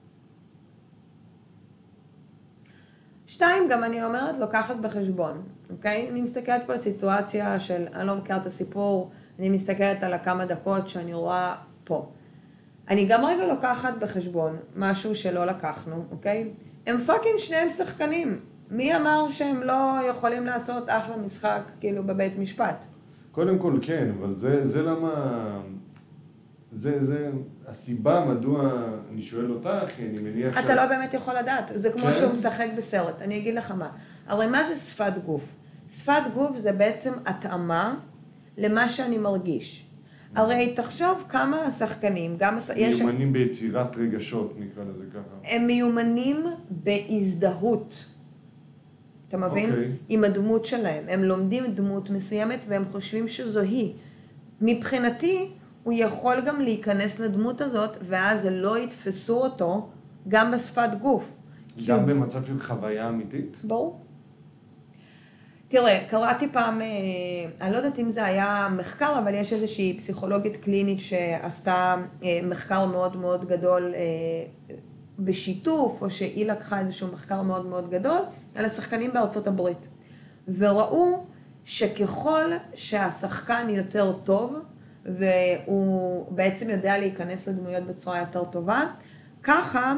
שתיים, גם אני אומרת, לוקחת בחשבון, אוקיי? אני מסתכלת פה על סיטואציה של, אני לא מכירה את הסיפור, אני מסתכלת על הכמה דקות שאני רואה פה. אני גם רגע לוקחת בחשבון משהו שלא לקחנו, אוקיי? הם פאקינג שניהם שחקנים. מי אמר שהם לא יכולים לעשות אחלה משחק, כאילו, בבית משפט? קודם כל כן, אבל זה, זה למה... זה, זה הסיבה מדוע אני שואל אותך, כי אני מניח ש... אתה לא באמת יכול לדעת, זה כמו כן? שהוא משחק בסרט. אני אגיד לך מה, הרי מה זה שפת גוף? שפת גוף זה בעצם התאמה למה שאני מרגיש. הרי תחשוב כמה השחקנים, גם... מיומנים יש... ביצירת רגשות, נקרא לזה ככה. הם מיומנים בהזדהות. אתה מבין? אוקיי. עם הדמות שלהם. הם לומדים דמות מסוימת והם חושבים שזו היא. מבחינתי, הוא יכול גם להיכנס לדמות הזאת, ואז לא יתפסו אותו גם בשפת גוף. גם הוא... במצב של חוויה אמיתית? ברור. תראה, קראתי פעם, אני לא יודעת אם זה היה מחקר, אבל יש איזושהי פסיכולוגית קלינית שעשתה מחקר מאוד מאוד גדול בשיתוף, או שהיא לקחה איזשהו מחקר מאוד מאוד גדול, על השחקנים בארצות הברית. וראו שככל שהשחקן יותר טוב, והוא בעצם יודע להיכנס לדמויות בצורה יותר טובה, ככה,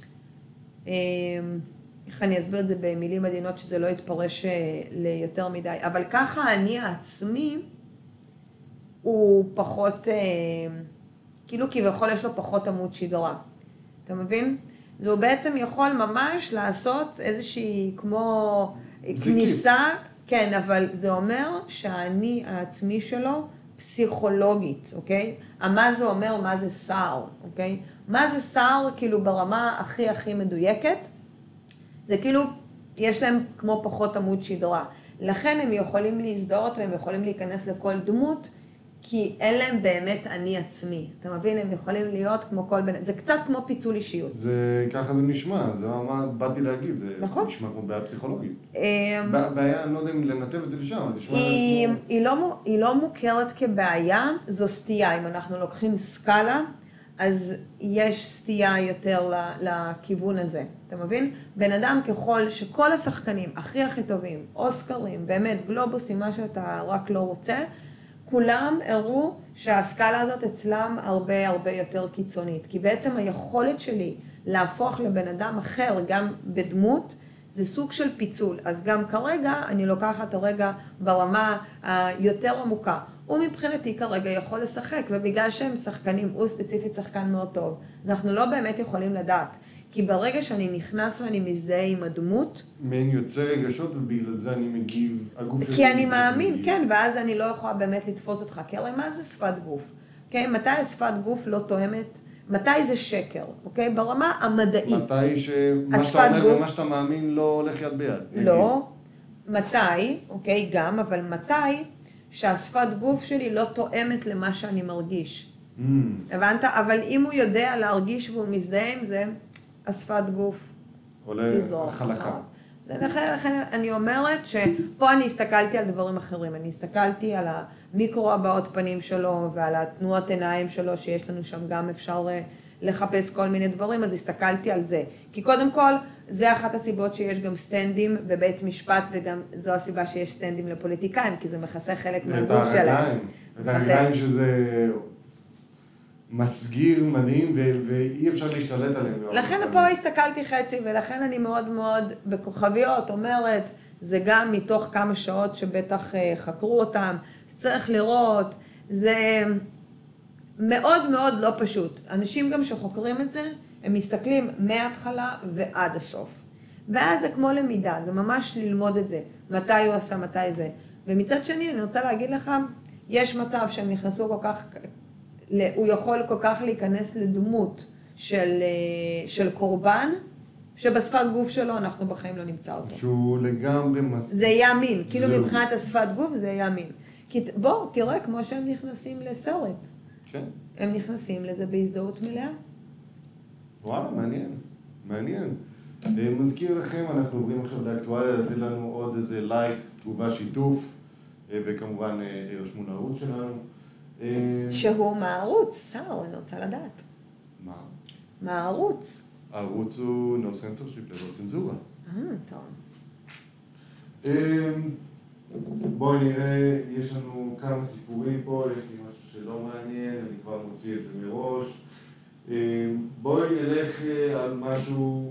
איך אני אסביר את זה במילים עדינות שזה לא יתפרש ליותר מדי, אבל ככה אני העצמי, הוא פחות, כאילו כביכול יש לו פחות עמוד שדרה. אתה מבין? זה הוא בעצם יכול ממש לעשות איזושהי כמו כניסה, כן, אבל זה אומר שאני העצמי שלו פסיכולוגית, אוקיי? מה זה אומר, מה זה סער, אוקיי? מה זה סער, כאילו ברמה הכי הכי מדויקת, זה כאילו, יש להם כמו פחות עמוד שדרה. לכן הם יכולים להזדהות והם יכולים להיכנס לכל דמות, כי אין להם באמת אני עצמי. אתה מבין? הם יכולים להיות כמו כל בן... זה קצת כמו פיצול אישיות. זה, ככה זה נשמע, זה מה באתי להגיד, זה נכון. נשמע כמו בעיה פסיכולוגית. בעיה, אני לא יודע אם לנתב את זה לשם, אבל תשמע... היא, כמו... היא, לא, היא לא מוכרת כבעיה, זו סטייה. אם אנחנו לוקחים סקאלה, אז יש סטייה יותר לכיוון הזה. אתה מבין? בן אדם ככל שכל השחקנים הכי הכי טובים, אוסקרים, באמת גלובוסים, מה שאתה רק לא רוצה, כולם הראו שהסקאלה הזאת אצלם הרבה הרבה יותר קיצונית. כי בעצם היכולת שלי להפוך לבן אדם אחר, גם בדמות, זה סוג של פיצול. אז גם כרגע אני לוקחת הרגע ברמה היותר עמוקה. הוא מבחינתי כרגע יכול לשחק, ובגלל שהם שחקנים, הוא ספציפית שחקן מאוד טוב, אנחנו לא באמת יכולים לדעת. כי ברגע שאני נכנס ואני מזדהה עם הדמות... מעין יוצא רגשות ובגלל זה אני מגיב, הגוף שלי... כי אני מאמין, כן, ואז אני לא יכולה באמת לתפוס אותך. כי הרי מה זה שפת גוף? אוקיי? מתי שפת גוף לא תואמת? מתי זה שקר? אוקיי? ברמה המדעית. מתי שמה שאתה אומר ומה שאתה מאמין לא הולך יד ביד? לא. מתי, אוקיי, גם, אבל מתי שהשפת גוף שלי לא תואמת למה שאני מרגיש. Mm. הבנת? אבל אם הוא יודע להרגיש והוא מזדהה עם זה, השפת גוף עולה חלקה. לכן, לכן אני אומרת שפה אני הסתכלתי על דברים אחרים. אני הסתכלתי על המיקרו הבעות פנים שלו ועל התנועות עיניים שלו, שיש לנו שם גם אפשר לחפש כל מיני דברים, אז הסתכלתי על זה. כי קודם כל, זה אחת הסיבות שיש גם סטנדים בבית משפט, וגם זו הסיבה שיש סטנדים לפוליטיקאים, כי זה מכסה חלק מהגוף שלהם. את הרגליים, את הרגליים שזה... מסגיר מדהים, ו- ואי אפשר להשתלט עליהם. לכן פה הסתכלתי חצי, ולכן אני מאוד מאוד בכוכביות אומרת, זה גם מתוך כמה שעות שבטח חקרו אותם, צריך לראות, זה מאוד מאוד לא פשוט. אנשים גם שחוקרים את זה, הם מסתכלים מההתחלה ועד הסוף. ואז זה כמו למידה, זה ממש ללמוד את זה, מתי הוא עשה, מתי זה. ומצד שני, אני רוצה להגיד לך, יש מצב שהם נכנסו כל כך, הוא יכול כל כך להיכנס לדמות של, של קורבן, שבשפת גוף שלו אנחנו בחיים לא נמצא אותו. שהוא לגמרי מס... זה יהיה אמין, כאילו מבחינת השפת גוף זה יהיה אמין. כי בוא, תראה, כמו שהם נכנסים לסרט. כן. הם נכנסים לזה בהזדהות מלאה. וואלה, מעניין, מעניין. מזכיר לכם, אנחנו עוברים עכשיו לאקטואליה, לתת לנו עוד איזה לייק, תגובה, שיתוף, וכמובן ירשמו לערוץ שלנו. שהוא מהערוץ, שר, אני רוצה לדעת. מה? מהערוץ. הערוץ הוא no censorship, ללא צנזורה. אה, טוב. בואי נראה, יש לנו כמה סיפורים פה, יש לי משהו שלא מעניין, אני כבר מוציא את זה מראש. בואי נלך על משהו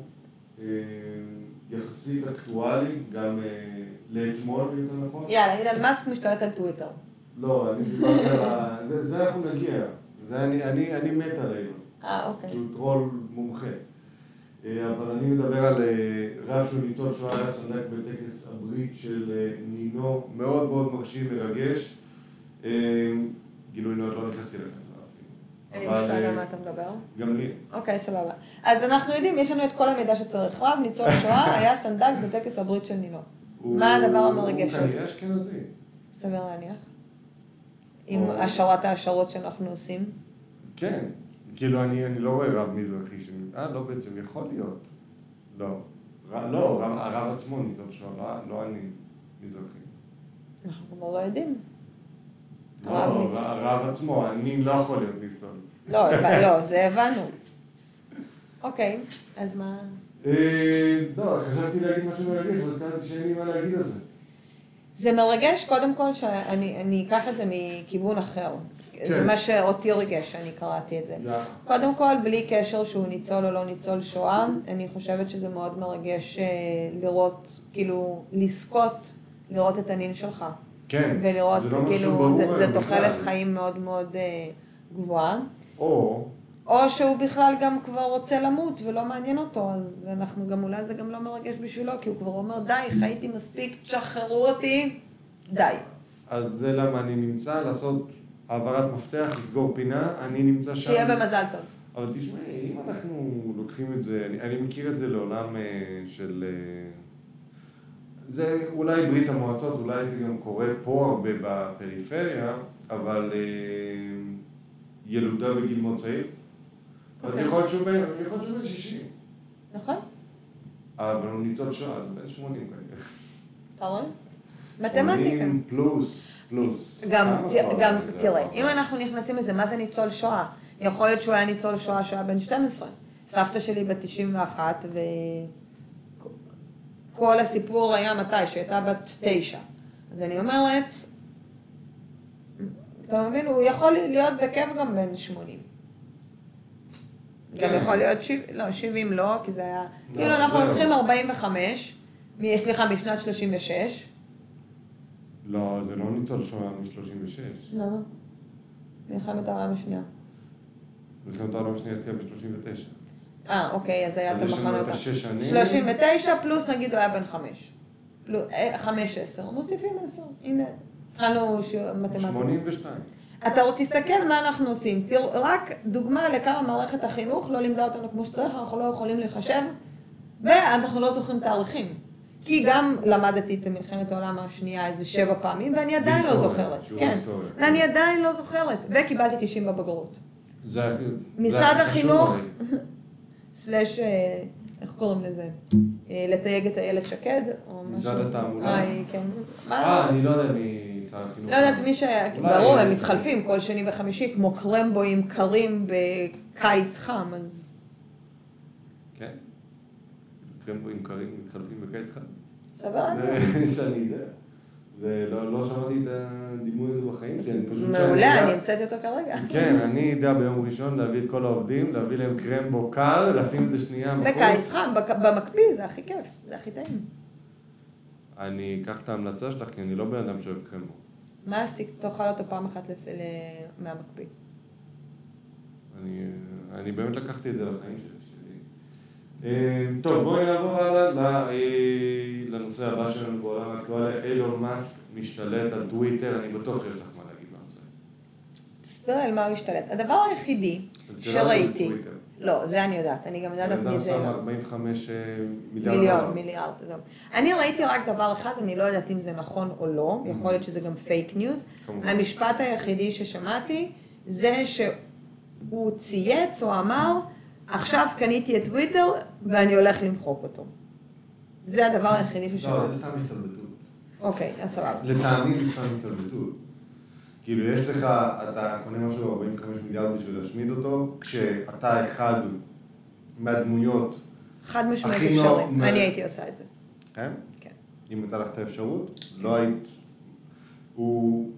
יחסית אקטואלי, גם לאתמול, יותר נכון? יאללה, אילן מאסק משתלט על טוויטר. לא, אני דיברתי על ה... זה אנחנו נגיע. אני מת על אילון. אה, אוקיי. שהוא טרול מומחה. אבל אני מדבר על רב שהוא ניצול שואה, היה סנדק בטקס הברית של נינו, מאוד מאוד מרשים מרגש. גילוי נאות, לא נכנסתי לכאן. אין לי מושג על מה אתה מדבר. גם לי. אוקיי, סבבה. אז אנחנו יודעים, יש לנו את כל המידע שצריך. רב ניצול שואה היה סנדק בטקס הברית של נינו. מה הדבר המרגש הזה? הוא כנראה אשכנזי. סביר להניח. עם השערת ההשערות שאנחנו עושים. כן. כאילו, אני, אני לא רואה רב מזרחי ש... אה, לא בעצם, יכול להיות. לא. ר... לא, רב, הרב עצמו ניצול שואה, לא, לא אני מזרחי. אנחנו כבר לא יודעים. לא, הרב, הרב עצמו, אני לא יכול להיות ניצול. לא, לא, זה הבנו. אוקיי, אז מה... אה, לא, חשבתי להגיד משהו מרגש, אבל קראתי שאין לי מה להגיד על זה. זה מרגש, קודם כל, שאני אני אקח את זה מכיוון אחר. זה מה שאותי רגש, שאני קראתי את זה. קודם כל, בלי קשר שהוא ניצול או לא ניצול שואה, אני חושבת שזה מאוד מרגש לראות, כאילו, לזכות, לראות את הנין שלך. כן, ולראות, זה לא משהו כאילו, ברור. זה, זה תוחלת חיים מאוד מאוד גבוהה. או... או שהוא בכלל גם כבר רוצה למות ולא מעניין אותו, אז אנחנו גם, אולי זה גם לא מרגש בשבילו, כי הוא כבר אומר, די, חייתי מספיק, תשחררו אותי, די. אז זה למה אני נמצא לעשות העברת מפתח, לסגור פינה, אני נמצא שם. שיהיה במזל טוב. אבל תשמעי, אם אנחנו לוקחים את זה, אני, אני מכיר את זה לעולם uh, של... Uh, זה אולי ברית המועצות, אולי זה גם קורה פה הרבה בפריפריה, אבל uh, ילודה בגיל מאוד צעיר. אז יכול להיות שהוא בן שישים. נכון. אבל הוא ניצול שואה, זה בן שמונים כנראה. אתה רואה? מתמטיקה. שמונים פלוס, פלוס. גם, גם, תראה, אם אנחנו נכנסים לזה, מה זה ניצול שואה? יכול להיות שהוא היה ניצול שואה שהיה בן שתים עשרה. סבתא שלי בת תשעים ואחת, וכל הסיפור היה מתי, שהייתה בת תשע. אז אני אומרת, אתה מבין, הוא יכול להיות בכיף גם בן שמונים. גם יכול להיות שבעים לא, כי זה היה... כאילו אנחנו לוקחים ארבעים וחמש, סליחה, משנת שלושים ושש. לא, זה לא ניצול שואה מ-שלושים ושש. למה? מלחמת העולם השנייה. מלחמת העולם השנייה התחילה ב-שלושים ותשע. אה, אוקיי, אז היה את המחנות. אז יש לנו את השש שנים. שלושים ותשע פלוס נגיד הוא היה בן חמש. חמש עשר, מוסיפים עשר. הנה, התחלנו מתמטיקה. שמונים ושתיים. אתה עוד תסתכל מה אנחנו עושים. תראו, רק דוגמה לכמה מערכת החינוך לא לימדה אותנו כמו שצריך, אנחנו לא יכולים לחשב, ואנחנו לא זוכרים תאריכים. כי גם למדתי את מלחמת העולם השנייה איזה שבע פעמים, ואני עדיין לא זוכרת. כן, ואני עדיין לא זוכרת. וקיבלתי תשעים בבגרות. משרד החינוך, סלש, איך קוראים לזה? לתייג את הילד שקד? משרד התעמולה? אה, אני לא יודע מי שר החינוך. לא יודעת מי ש... ברור, הם מתחלפים כל שני וחמישי, כמו קרמבויים קרים בקיץ חם, אז... כן? קרמבויים קרים מתחלפים בקיץ חם? סבבה. שאני יודע. ולא לא שמעתי את הדימוי הזה בחיים שלי, אני פשוט... מעולה, אני המצאתי אותו כרגע. כן, אני אדע ביום ראשון להביא את כל העובדים, להביא להם קרמבו קר, לשים את זה שנייה בחוץ. בקיץ חם, במקפיא, זה הכי כיף, זה הכי טעים. אני אקח את ההמלצה שלך, כי אני לא בן אדם שאוהב קרמבו. מה אז תאכל אותו פעם אחת מהמקפיא? אני, אני באמת לקחתי את זה לחיים שלי. טוב, בואי נעבור הלאה לנושא הבא שלנו בעולם האקטואלי. אילון מאסק משתלט על טוויטר, אני בטוח שיש לך מה להגיד בנושא. תסביר על מה הוא השתלט. הדבר היחידי שראיתי, לא, זה אני יודעת, אני גם יודעת מי זה. אדם שם ארבעים וחמישה מיליארד. מיליון, מיליארד, זהו. אני ראיתי רק דבר אחד, אני לא יודעת אם זה נכון או לא, יכול להיות שזה גם פייק ניוז. המשפט היחידי ששמעתי זה שהוא צייץ או אמר, עכשיו קניתי את טוויטר ואני הולך למחוק אותו. זה הדבר היחידי ששמעתי. לא, זה סתם השתלבטות. אוקיי, אז סבבה. לטעמי זה סתם השתלבטות. כאילו, יש לך, אתה קונה משהו ארבעים וחמישה מיליארד בשביל להשמיד אותו, כשאתה אחד מהדמויות... חד משמעית אפשרי. אני הייתי עושה את זה. כן? כן. אם הייתה לך את האפשרות, לא היית... הוא...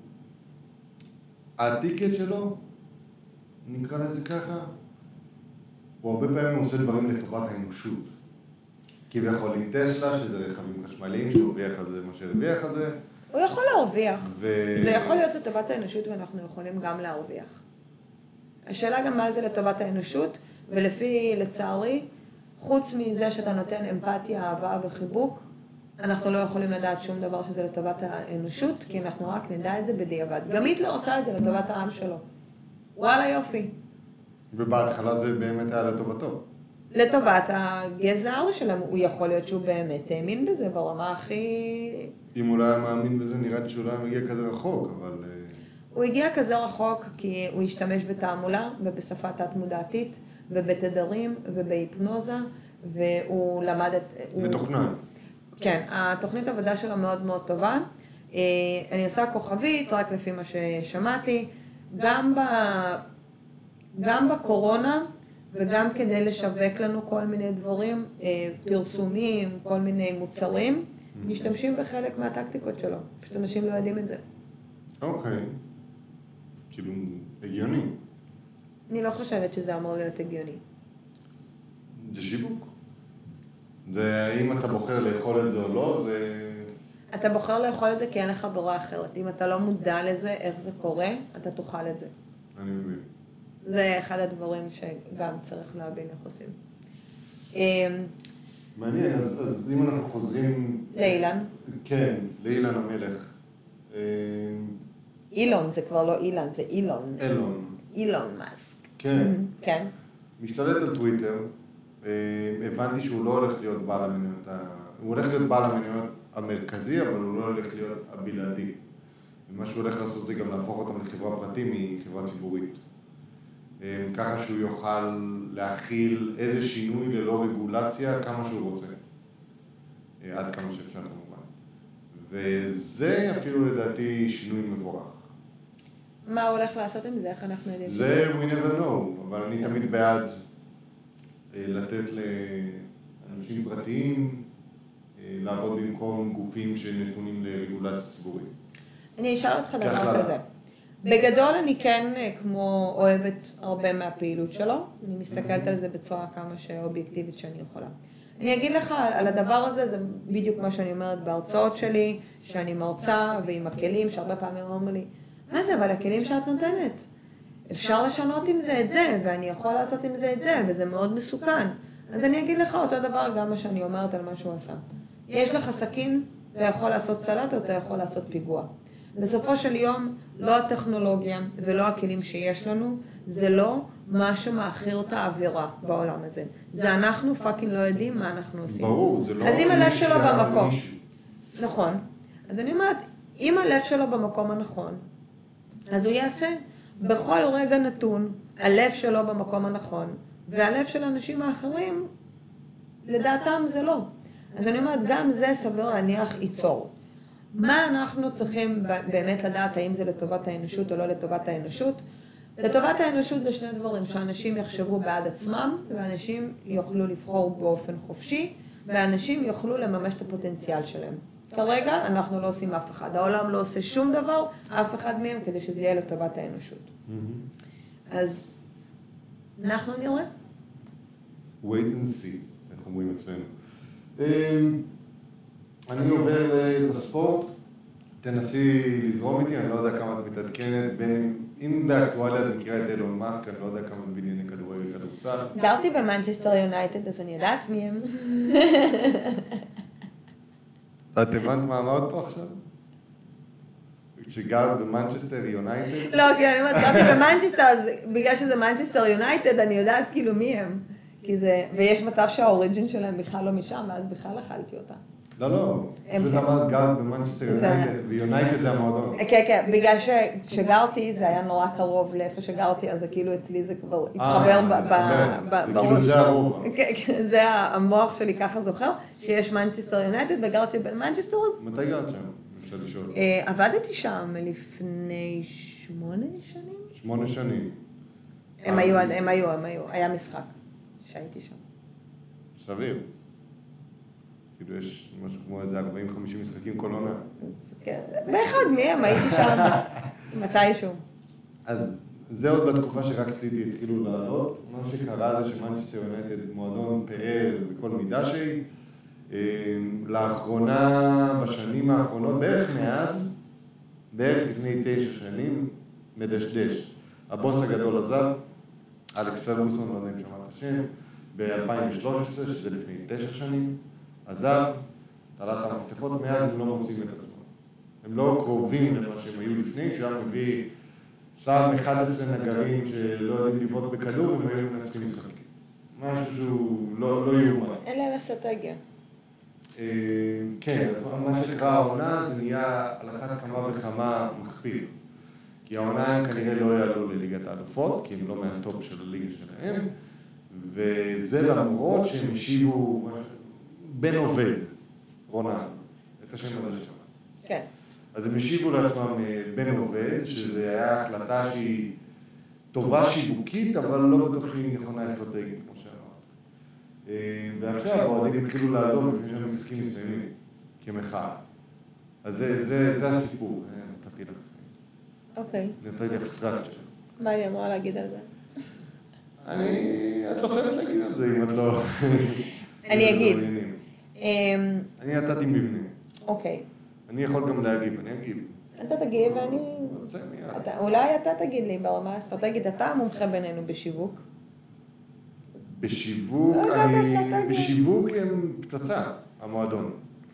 הטיקט שלו, נקרא לזה ככה, הוא הרבה פעמים עושה דברים לטובת האנושות. כביכול עם טסלה, שזה רכבים חשמליים, שהוא הרוויח על זה מה שהרוויח על זה. הוא יכול להרוויח. ו... זה יכול להיות לטובת האנושות ואנחנו יכולים גם להרוויח. השאלה גם מה זה לטובת האנושות, ולפי, לצערי, חוץ מזה שאתה נותן אמפתיה, אהבה וחיבוק, אנחנו לא יכולים לדעת שום דבר שזה לטובת האנושות, כי אנחנו רק נדע את זה בדיעבד. גם היטלר עשה את זה לטובת העם שלו. וואלה יופי. ובהתחלה זה באמת היה לטובתו. לטובת הגזע שלהם, הוא יכול להיות שהוא באמת האמין בזה ברמה הכי... אם הוא לא היה מאמין בזה, נראה לי שהוא לא היה מגיע כזה רחוק, אבל... הוא הגיע כזה רחוק כי הוא השתמש בתעמולה ובשפה תת-מודעתית ובתדרים ובהיפנוזה, והוא למד את... מתוכנן. כן, התוכנית עבודה שלו מאוד מאוד טובה. אני עושה כוכבית, רק לפי מה ששמעתי, גם, ב... גם בקורונה וגם כדי לשווק לנו כל מיני דברים, פרסומים, כל מיני מוצרים, משתמשים בחלק מהטקטיקות שלו. פשוט אנשים לא יודעים את זה. אוקיי. כאילו, הגיוני. אני לא חושבת שזה אמור להיות הגיוני. זה שיווק. זה האם אתה בוחר לאכול את זה או לא, זה... אתה בוחר לאכול את זה כי אין לך ברירה אחרת. אם אתה לא מודע לזה, איך זה קורה, אתה תאכל את זה. אני מבין. זה אחד הדברים שגם צריך להבין איך עושים. מעניין, אז, אז אם אנחנו חוזרים... לאילן. כן, לאילן המלך. אילון, זה כבר לא אילן, זה אילון. אילון. אילון מאסק. כן. כן. משתלט על טוויטר. הבנתי שהוא לא הולך להיות בעל המניות, הוא הולך להיות בעל המניות המרכזי, אבל הוא לא הולך להיות הבלעדי. ומה שהוא הולך לעשות זה גם להפוך אותם לחברה פרטית מחברה ציבורית. ככה שהוא יוכל להכיל איזה שינוי ללא רגולציה, כמה שהוא רוצה. עד כמה שאפשר כמובן. וזה אפילו לדעתי שינוי מבורך. מה הוא הולך לעשות עם זה? איך אנחנו יודעים? זה we never know, אבל אני תמיד בעד לתת לאנשים פרטיים לעבוד במקום גופים שנתונים לרגולציה ציבורית. אני אשאל אותך דבר כזה. בגדול אני כן כמו אוהבת הרבה מהפעילות שלו, אני מסתכלת על זה בצורה כמה שאובייקטיבית שאני יכולה. אני אגיד לך על הדבר הזה, זה בדיוק מה שאני אומרת בהרצאות שלי, שאני מרצה ועם הכלים, שהרבה פעמים אומרים לי, מה זה, אבל הכלים שאת נותנת? אפשר לשנות עם זה את זה, ואני יכול לעשות עם זה את זה, וזה מאוד מסוכן. אז אני אגיד לך אותו דבר גם מה שאני אומרת על מה שהוא עשה. יש לך סכין, אתה יכול לעשות סלט או אתה יכול לעשות פיגוע. בסופו של יום, לא הטכנולוגיה ולא הכלים שיש לנו, זה לא מה שמאחיר את האווירה בעולם הזה. זה אנחנו פאקינג לא יודעים מה אנחנו עושים. ברור, זה לא... אז אם הלב שלו במקום. נכון. אז אני אומרת, אם הלב שלו במקום הנכון, אז הוא יעשה. בכל רגע נתון, הלב שלו במקום הנכון, והלב של האנשים האחרים, לדעתם זה לא. אז אני אומרת, גם זה סביר להניח ייצור. מה אנחנו צריכים באמת לדעת, האם זה לטובת האנושות או לא לטובת האנושות? לטובת האנושות זה שני דברים, שאנשים יחשבו בעד עצמם, ואנשים יוכלו לבחור באופן חופשי, ואנשים יוכלו לממש את הפוטנציאל שלהם. כרגע אנחנו לא עושים אף אחד. העולם לא עושה שום דבר, אף אחד מהם, כדי שזה יהיה לטובת האנושות. אז אנחנו נראה. wait and see, איך אומרים אצלנו. אני עובר לספורט, תנסי לזרום איתי, אני לא יודע כמה את מתעדכנת, בין אם באקטואליה את מכירה את אילון מאסק, אני לא יודע כמה בענייני כדורגל וכדורסל. גרתי במנצ'סטר יונייטד, אז אני יודעת מי הם. את הבנת מה אמרת פה עכשיו? כשגרת במנצ'סטר יונייטד? לא, כי אני אומרת, גרתי במנצ'סטר, אז בגלל שזה מנצ'סטר יונייטד, אני יודעת כאילו מי הם. כי זה, ויש מצב שהאוריג'ין שלהם בכלל לא משם, ואז בכלל אכלתי אותה. לא, לא, פשוט אמרת גרת במנצ'סטר יונייטד, ויונייטד זה המועדון. כן, כן, בגלל שכשגרתי זה היה נורא קרוב לאיפה שגרתי, אז כאילו אצלי זה כבר התחבר בראש. כאילו זה הרוב. כן, זה המוח שלי ככה זוכר, שיש מנצ'סטר יונייטד, וגרתי בין מנצ'סטר אז... מתי גרת שם? אפשר לשאול. עבדתי שם לפני שמונה שנים. שמונה שנים. הם היו, הם היו, הם היו, היה משחק שהייתי שם. סביר. כאילו יש משהו כמו איזה ארבעים חמישים משחקים כל עונה. כן, באחד מהם הייתי שם, מתישהו. אז זה עוד בתקופה שרק סיטי התחילו לעלות. מה שקרה זה שמנצ'סטר יונייטד מועדון פאר בכל מידה שהיא. לאחרונה, בשנים האחרונות, בערך מאז, בערך לפני תשע שנים, מדשדש. הבוס הגדול עזב, אלכס פרגוסון, לא יודע אם שמעת השם, ב-אלפיים ושלוש עשרה, שזה לפני תשע שנים, עזב, תלת המפתחות, מאז הם לא מוצאים את עצמם. הם לא קרובים למה שהם היו לפני, שהוא היה מביא סל אחד עשרה נגרים שלא יודעים לבעוט בכדור, והם היו מנצחים משחקים. משהו שהוא לא יאומן. אין להם אסטרטגיה. כן, מה שקרה העונה זה נהיה על אחת כמה וכמה מכפיל. כי העונה הם כנראה לא יעלו לליגת האלופות, כי הם לא מהטופ של הליגה שלהם, וזה למרות שהם השיבו בן עובד, רונן, את השם הזה שם. כן. אז הם השיבו לעצמם בן עובד, שזו הייתה החלטה שהיא טובה שיווקית, אבל לא בטוח שהיא נכונה אסטרטגית, כמו שאמרת. ועכשיו האוהדים התחילו לעזוב לפני שהמשחקים מסתיימים, כמחאה. אז זה הסיפור, נתתי לך. אוקיי. נתתי לך סטרקצ'ר. מה אני אמורה להגיד על זה? אני... את לא חייבת להגיד על זה אם את לא... אני אגיד. אני נתתי מבנה. אוקיי. אני יכול גם להגיב, אני אגיב. אתה תגיב ואני... רוצה מיד. אולי אתה תגיד לי ברמה האסטרטגית, אתה המומחה בינינו בשיווק. בשיווק, אני... בשיווק הם פצצה, המועדון.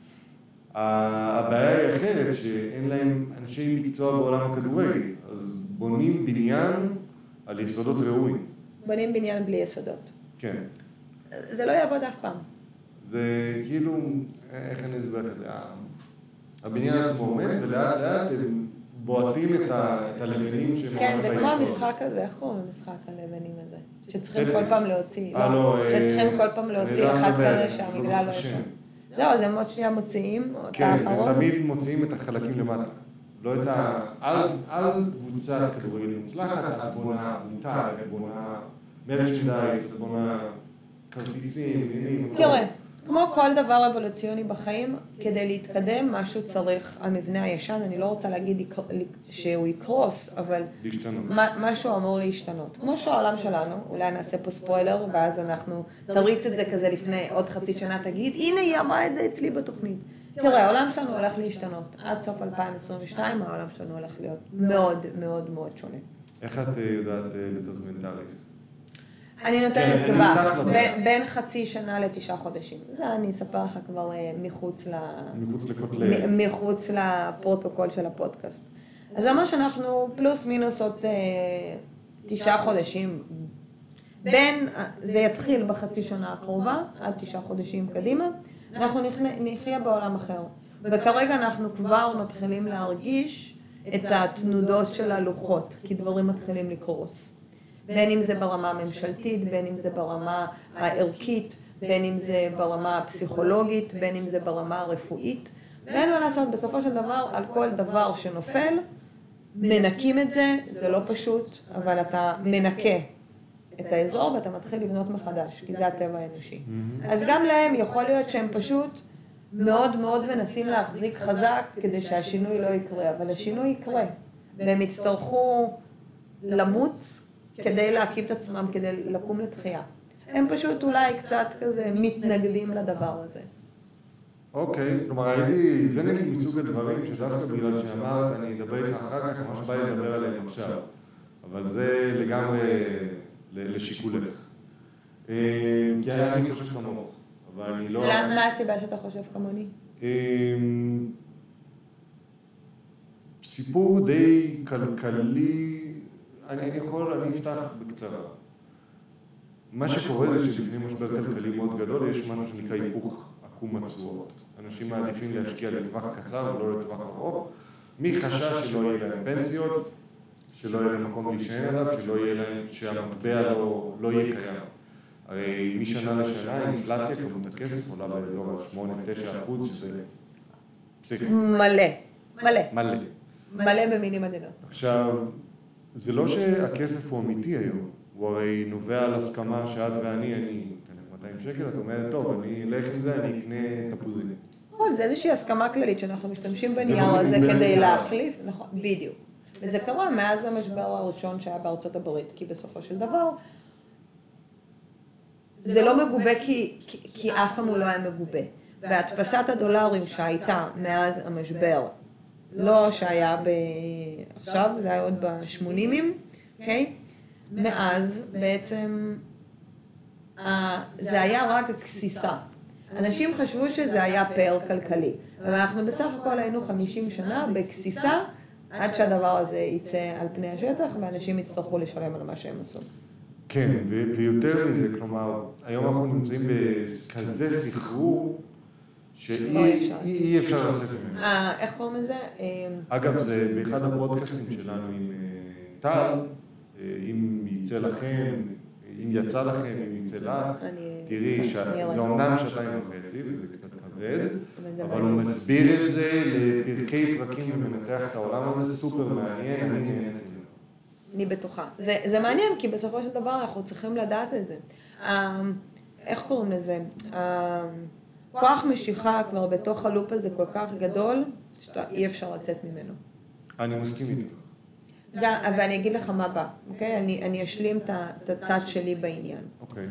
הבעיה היא אחרת, שאין להם אנשי מקצוע בעולם הכדורגל, אז בונים בניין על יסודות ראויים. בונים בניין בלי יסודות. כן. זה לא יעבוד אף פעם. זה כאילו, איך אני אסבר את זה? הבניין עצמו עומד, ולאט לאט הם בועטים את הלבנים שהם... כן, זה כמו המשחק הזה, איך קוראים למשחק הלבנים הזה? שצריכים כל פעם להוציא, שצריכים כל פעם להוציא אחד כזה שהמגדל לא ישן. זהו, אז הם עוד שנייה מוציאים, כן, הם תמיד מוציאים את החלקים למטה. לא את ה... על קבוצת כדורגל מוצלחת, את בונה מותג, את בונה מרצ'נדייז, את בונה כרטיסים, עניינים. תראה, כמו כל דבר אבולוציוני בחיים, כדי להתקדם, משהו צריך, המבנה הישן, אני לא רוצה להגיד שהוא יקרוס, אבל משהו אמור להשתנות. כמו שהעולם שלנו, אולי נעשה פה ספוילר, ואז אנחנו תריץ את זה כזה לפני עוד חצי שנה, תגיד, הנה היא אמרה את זה אצלי בתוכנית. תראה, העולם שלנו הולך להשתנות. עד סוף אלפיים עשרים ושתיים, העולם שלנו הולך להיות מאוד מאוד מאוד שונה. איך את יודעת לתזמן תאריך? אני נותנת טווח, בין חצי שנה לתשעה חודשים. זה אני אספר לך כבר מחוץ ל... מחוץ לכותלי. מחוץ לפרוטוקול של הפודקאסט. אז זה אומר שאנחנו פלוס מינוס עוד תשעה חודשים. בין, זה יתחיל בחצי שנה הקרובה, עד תשעה חודשים קדימה. אנחנו נחיה בעולם אחר. וכרגע אנחנו כבר מתחילים להרגיש את התנודות של הלוחות, כי דברים מתחילים לקרוס. בין אם זה ברמה הממשלתית, בין אם זה ברמה הערכית, בין אם זה ברמה הפסיכולוגית, בין אם זה ברמה הרפואית. ואין מה לעשות, בסופו של דבר, על כל דבר שנופל, מנקים את זה, זה לא פשוט, אבל אתה מנקה את האזור ואתה מתחיל לבנות מחדש, כי זה הטבע האנושי. אז גם להם יכול להיות שהם פשוט מאוד מאוד מנסים להחזיק חזק כדי שהשינוי לא יקרה, אבל השינוי יקרה, והם יצטרכו למוץ כדי להקים את עצמם, כדי לקום לתחייה. הם פשוט אולי קצת כזה מתנגדים לדבר הזה. אוקיי, כלומר, הייתי, זה נגיד מסוג הדברים שדווקא בגלל שאמרת, אני אדבר איתך אחר כך, ממש בא לי לדבר עליהם עכשיו. אבל זה לגמרי לשיקולך. כי אני חושב כמוך, אבל אני לא... מה הסיבה שאתה חושב כמוני? סיפור די כלכלי, אני יכול, אני אפתח בקצרה. מה שקורה זה שלפני משבר כלכלי מאוד גדול, יש משהו שנקרא היפוך עקום התשואות. אנשים מעדיפים להשקיע לטווח קצר ולא לטווח ארוך, מחשש שלא יהיה להם פנסיות, שלא יהיה להם מקום להישען עליו, שלא יהיה להם, שהמטבע לא, לא יהיה קיים. הרי משנה לשנה, האינפלציה, כמות הכסף עולה באזור ה-שמונה עד תשע אחוז, שזה פסיכי. מלא, מלא. מלא. מלא במילים עדינות. עכשיו, זה לא שהכסף הוא אמיתי היום, הוא הרי נובע על הסכמה שאת ואני, אני אתן לך מאתיים שקל, את אומרת, טוב, אני אלך עם זה, אני אקנה תפוזים. נכון, זה איזושהי הסכמה כללית שאנחנו משתמשים בנייר הזה כדי להחליף, נכון, בדיוק. וזה קרה מאז המשבר הראשון שהיה בארצות הברית, כי בסופו של דבר, זה לא מגובה כי, כי, כי אף פעם הוא לא היה מגובה. והדפסת הדולרים שהייתה מאז המשבר, לא שהיה ב... עכשיו, זה היה עוד ב-שמונים, אוקיי? מאז בעצם זה היה רק גסיסה. אנשים חשבו שזה היה פאר כלכלי, אבל אנחנו בסך הכל היינו חמישים שנה בגסיסה, עד שהדבר הזה יצא על פני השטח, ואנשים יצטרכו לשלם על מה שהם עשו. כן, ויותר מזה, כלומר, היום אנחנו נמצאים בכזה סחרור, שאי אפשר לצאת ממנו. איך קוראים לזה? אגב, זה באחד הפודקאסטים שלנו עם טל, אם יצא לכם, אם יצא לכם, אם יצא לך, תראי, זה אומנם שעתיים וחצי, וזה קצת כבד, אבל הוא מסביר את זה לפרקי פרקים ומנתח את העולם הזה, סופר מעניין, אני נהנתי ממנו. אני בטוחה. זה מעניין, כי בסופו של דבר אנחנו צריכים לדעת את זה. איך קוראים לזה? כוח משיכה כבר בתוך הלופ הזה כל כך גדול, שאי אפשר לצאת ממנו. אני מסכים איתך. ואני אגיד לך מה בא, אוקיי? אני, אני אשלים את הצד שלי בעניין. אוקיי.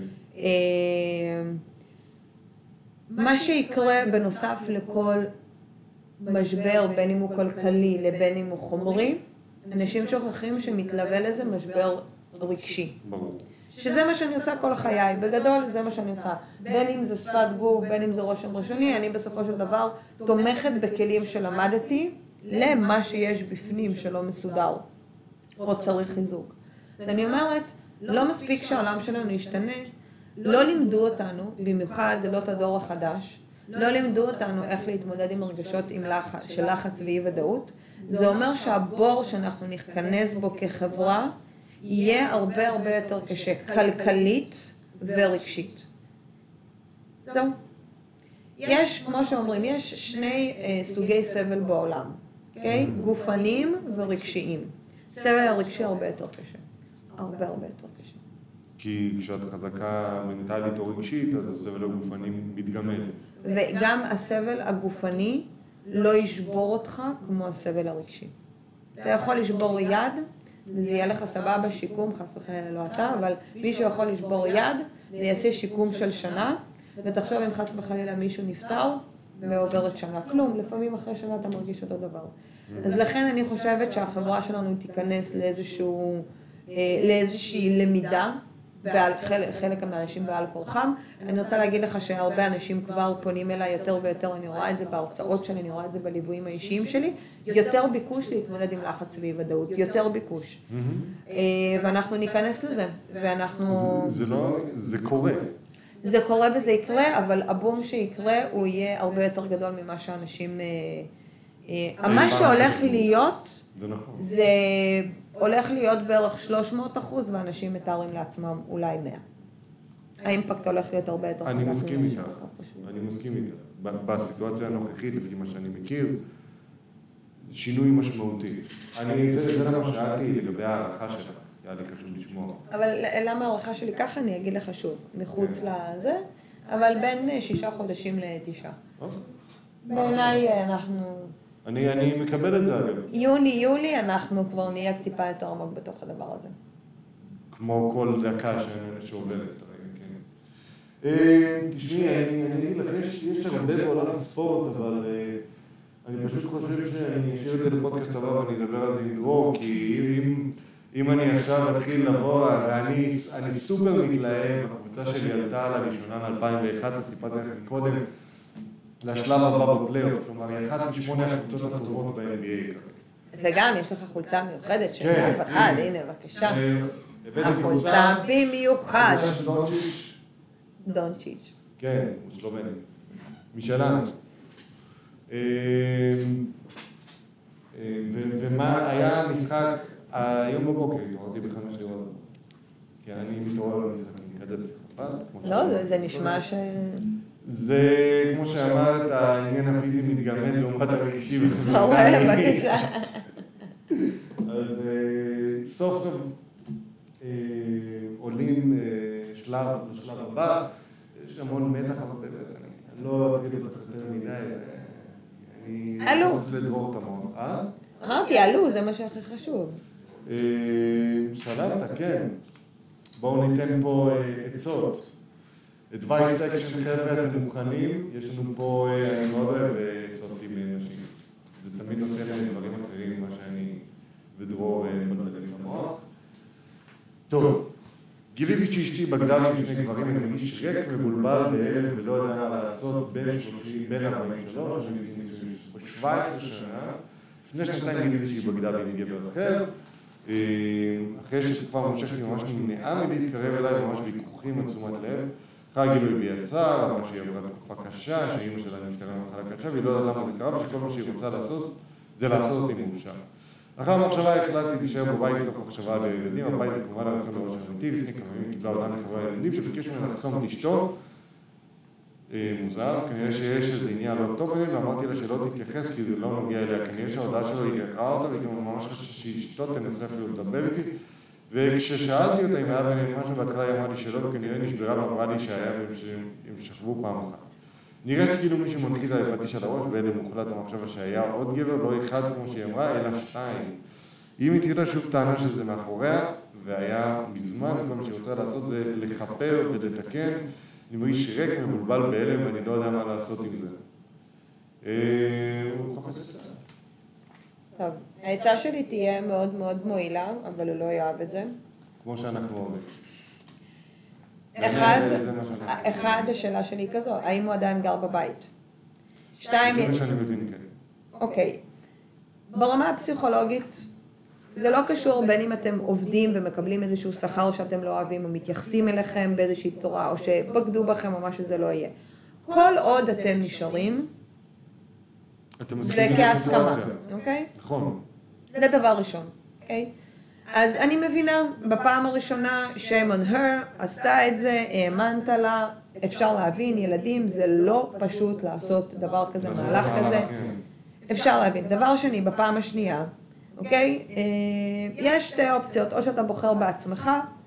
מה שיקרה בנוסף לכל משבר, בין אם הוא כלכלי לבין אם הוא חומרי, אנשים שוכחים שמתלווה לזה משבר רגשי. ברור. שזה מה שאני עושה כל חיי, בגדול זה מה שאני עושה. בין אם זה שפת גוף, בין אם זה רושם ראשוני, אני בסופו של דבר תומכת בכלים שלמדתי למה שיש בפנים שלא מסודר. או צריך חיזוק. אז אני אומרת, לא מספיק שהעולם שלנו ישתנה, לא לימדו אותנו, במיוחד לא את הדור החדש, לא לימדו אותנו איך להתמודד עם הרגשות של לחץ ואי ודאות. זה אומר שהבור שאנחנו נכנס בו כחברה, יהיה הרבה הרבה יותר קשה, כלכלית ורגשית. זהו. יש, כמו שאומרים, יש שני סוגי סבל בעולם, אוקיי? גופניים ורגשיים. סבל הרגשי הרבה יותר קשה. הרבה הרבה יותר קשה. כי כשאת חזקה מנטלית או רגשית, אז הסבל הגופני מתגמל. וגם הסבל הגופני לא ישבור אותך כמו הסבל הרגשי. אתה יכול לשבור יד, וזה יהיה לך סבבה, שיקום, חס וחלילה לא אתה, אבל מישהו יכול לשבור יד, ויעשה שיקום של שנה, ותחשוב אם חס וחלילה מישהו נפטר, ועוברת שנה כלום, לפעמים אחרי שנה אתה מרגיש אותו דבר. אז לכן אני חושבת שהחברה שלנו תיכנס לאיזשהו, לאיזושהי למידה, חלק, חלק מהאנשים בעל כורחם. אני רוצה להגיד לך שהרבה אנשים כבר פונים אליי יותר ויותר, אני רואה את זה בהרצאות שלי, אני רואה את זה בליוויים האישיים שלי, יותר ביקוש להתמודד עם לחץ ואי ודאות, יותר ביקוש. ואנחנו ניכנס לזה, ואנחנו... זה לא, זה קורה. זה קורה וזה יקרה, אבל הבום שיקרה הוא יהיה הרבה יותר גדול ממה שאנשים... מה שהולך להיות, זה הולך להיות בערך שלוש מאות אחוז, ואנשים מתארים לעצמם אולי מאה. האימפקט הולך להיות הרבה יותר חזק. אני מסכים איתך, אני מסכים איתך. בסיטואציה הנוכחית, לפי מה שאני מכיר, שינוי משמעותי. אני, זה מה שאלתי לגבי הערכה שלך, היה לי חשוב לשמוע. אבל למה הערכה שלי ככה? אני אגיד לך שוב, מחוץ לזה, אבל בין שישה חודשים לתשעה. בעיניי אנחנו... אני, אני מקבל את זה אגב. יוני, יולי, אנחנו כבר נהיה טיפה יותר עמוק בתוך הדבר הזה. כמו כל דקה שעוברת. תשמעי, אני אגיד לך, יש הרבה בעולם הספורט, אבל אני פשוט חושב שאני אשאיר את זה לפודקאסט הבא ואני אדבר על זה עם דרור, כי אם אני עכשיו אתחיל לבוא, ואני סופר מתלהב, הקבוצה שלי עלתה לראשונה מ-אלפיים ואחת עשרה, סיפרתי לכם קודם, לשלב הבא בפלייאוף, כלומר, היא אחת משמונה הקבוצות הטובות ב-אן בי איי. וגם יש לך חולצה מיוחדת של אף אחד, הנה, בבקשה. הבאתי החולצה במיוחד. חולצה של דונצ'יץ'. דונצ'יץ'. כן, הוא סלובני. משלנו. ומה היה משחק היום בבוקר, התעוררתי בחמש לראות. כן, אני מתעורר במשחקים, כזה פסיכופת. לא, זה נשמע ש... זה, כמו שאמרת, העניין הפיזי מתגמד לעומת הרגשי. אתה רואה, בבקשה. אז סוף סוף עולים שלב לשלב הבא, יש המון מתח, אבל באמת, אני לא אתחיל אותך יותר מדי, אני חושב לדרור את המון. אמרתי, עלו, זה מה שהכי חשוב. שלבת, כן. בואו ניתן פה עצות. advice section, חבר'ה, אתם מוכנים? יש לנו פה, אני מאוד אוהב עצות עם נשים. זה תמיד נותן לי דברים אחרים ממה שאני ודרור בדברים במוח. טוב. גיליתי שאשתי בגדה עם שני גברים, אני מרגיש ריק, מבולבל בהלם ולא יודע מה לעשות בין ארבעים ושלוש, או שבע עשרה שנה. לפני שנתיים גיליתי שהיא בגדה עם גבר אחר. אחרי שתקופה מושכת היא ממש נמנעה מלהתקרב אליי, ממש ויכוחים עצומת לב. אחרי גילוי בי יצא, אמרה שהיא עברה תקופה קשה, שאמא שלה נפטרה ממחלה קשה, והיא לא יודעת למה זה קרה, ושכל מה שהיא רוצה לעשות זה לעשות אותי מאושר. אחרי המחשבה החלטתי להישאר בבית מתוך מחשבה על הילדים, הבית כמובן הרצון לראש אמיתי, לפני כמה ימים קיבלה הודעה מחברי הילדים שביקש ממנה לחסום את אשתו. מוזר, כנראה שיש איזה עניין לא טוב אליהם, ואמרתי לה שלא תתייחס כי זה לא נוגע אליה, כנראה שההודעה שלו היא הראה אותה, והיא ממש חשבה שאשתו תנסה אפילו לדבר איתי, וכששאלתי אותה אם היה ביניהם משהו, בהתחלה היא אמרה לי שלא, וכנראה נשברה ואמרה לי שהיה והם שכבו פעם אחת. נראה שכאילו מישהו מנחיל לה לפטיש על הראש, ואלה מוחלט במחשבה שהיה עוד גבר, לא אחד כמו שהיא אמרה, אלא שתיים. היא מתחילה שוב טענה שזה מאחוריה, והיה מזמן, כל מה שהיא רוצה לעשות זה לכפר ולתקן. אני מרגיש ריק, מבולבל בהלם, ואני לא יודע מה לעשות עם זה. הוא חפש את זה. טוב, העצה שלי תהיה מאוד מאוד מועילה, אבל הוא לא יאהב את זה. כמו שאנחנו אוהבים. אחד, אחד השאלה שלי כזו, האם הוא עדיין גר בבית? שתיים... זה מה שאני מבין, כן. אוקיי. ברמה הפסיכולוגית, זה לא קשור בין אם אתם עובדים ומקבלים איזשהו שכר שאתם לא אוהבים, או מתייחסים אליכם באיזושהי צורה, או שבגדו בכם או משהו זה לא יהיה. כל עוד אתם נשארים, זה כהסכמה, אוקיי? נכון. זה דבר ראשון, אוקיי? אז אני מבינה, בפעם הראשונה, shame on her, עשתה את זה, האמנת לה, אפשר להבין, ילדים, זה לא פשוט לעשות דבר כזה, מהלך כזה. אפשר להבין. דבר שני, בפעם השנייה, אוקיי? יש שתי אופציות, או שאתה בוחר בעצמך,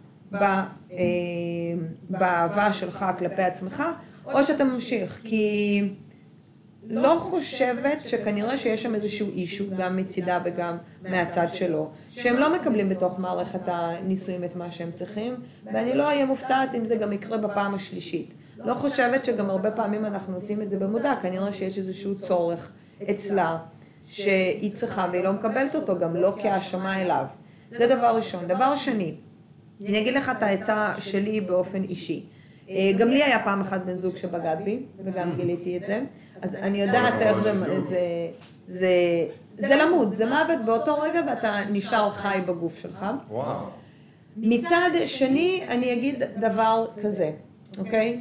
באהבה שלך כלפי עצמך, או שאתה ממשיך, כי לא חושבת שכנראה שיש שם איזשהו אישו, גם מצידה וגם מהצד שלו, שהם לא מקבלים בתוך מערכת הניסויים את מה שהם צריכים, ואני לא אהיה מופתעת אם זה גם יקרה בפעם השלישית. לא חושבת שגם הרבה פעמים אנחנו עושים את זה במודע, כנראה שיש איזשהו צורך אצלה, שהיא צריכה והיא לא מקבלת אותו, גם לא כהאשמה אליו. זה דבר ראשון. דבר שני, אני אגיד לך את העצה שלי באופן אישי. גם לי היה פעם אחת בן זוג שבגד בי, וגם גיליתי את זה. אז אני יודעת איך זה, זה, זה, זה למוד, זה מוות באותו רגע ואתה נשאר חי בגוף שלך. וואו. מצד שני, אני אגיד דבר כזה, אוקיי?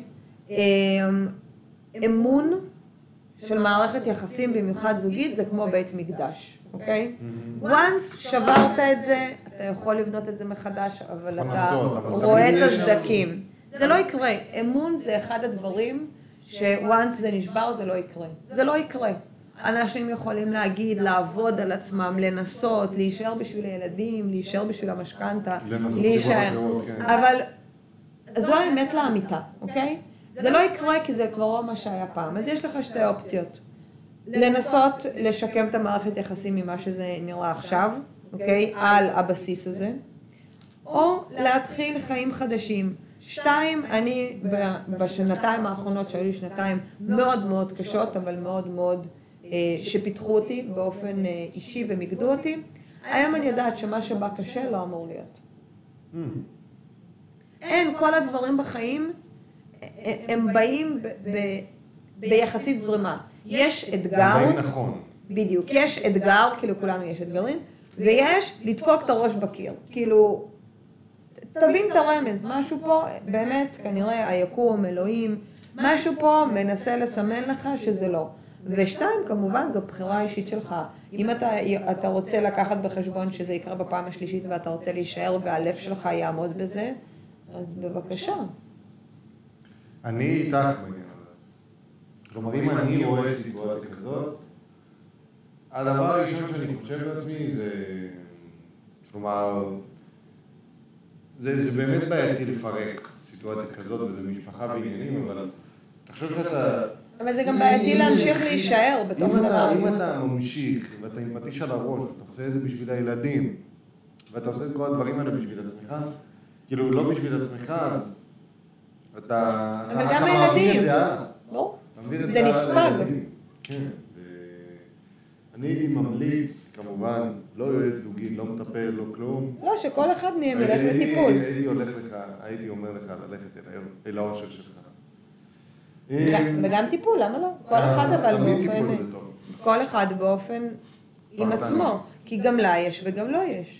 אמון של מערכת יחסים, במיוחד זוגית, זה כמו בית מקדש, אוקיי? once שברת את זה, אתה יכול לבנות את זה מחדש, אבל אתה רואה את הסדקים. זה לא יקרה. אמון זה אחד הדברים ש-once זה נשבר, זה לא יקרה. זה לא יקרה. אנשים יכולים להגיד, לעבוד על עצמם, לנסות, להישאר בשביל הילדים, להישאר בשביל המשכנתה, להישאר. אבל זו האמת לאמיתה, אוקיי? זה לא יקרה כי זה כבר לא מה שהיה פעם. אז יש לך שתי אופציות. לנסות לשקם את המערכת יחסים ממה שזה נראה עכשיו, אוקיי? על הבסיס הזה. או להתחיל חיים חדשים. שתיים, אני בשנתיים האחרונות, שהיו לי שנתיים מאוד מאוד קשות, אבל מאוד מאוד שפיתחו אותי באופן אישי ומקדו אותי, היום אני יודעת שמה שבא קשה לא אמור להיות. אין, כל הדברים בחיים, הם באים ביחסית זרימה. יש אתגר, באים נכון. בדיוק, יש אתגר, כאילו כולנו יש אתגרים, ויש לדפוק את הראש בקיר, כאילו, תבין את הרמז, משהו פה, באמת, כנראה היקום, אלוהים, משהו פה מנסה לסמן לך שזה לא. ושתיים, כמובן, זו בחירה אישית שלך. אם אתה, אתה רוצה לקחת בחשבון שזה יקרה בפעם השלישית ואתה רוצה להישאר והלב שלך יעמוד בזה, אז בבקשה. אני איתך בעניין הזה. כלומר, אם אני רואה סיטואציה כזאת, הדבר הראשון שאני חושב לעצמי זה, כלומר, זה, זה באמת בעייתי לפרק סיטואציה כזאת, וזה משפחה בעניינים, אבל תחשוב שאתה... אבל זה גם בעייתי להמשיך להישאר בתוך דבר הזה. אם אתה ממשיך, ואתה עם פטיש על הראש, ואתה עושה את זה בשביל הילדים, ואתה עושה את כל הדברים האלה בשביל עצמך, כאילו לא בשביל עצמך, אז אתה... אבל גם הילדים. לא? זה נספג. כן. אני הייתי ממליץ, כמובן, לא יועץ זוגי, לא מטפל, לא כלום. לא, שכל אחד מהם ילך לטיפול. הייתי הולך לך, הייתי אומר לך ללכת אל האושר שלך. וגם טיפול, למה לא? כל אחד אבל באופן... כל אחד באופן עם עצמו, כי גם לה יש וגם לא יש.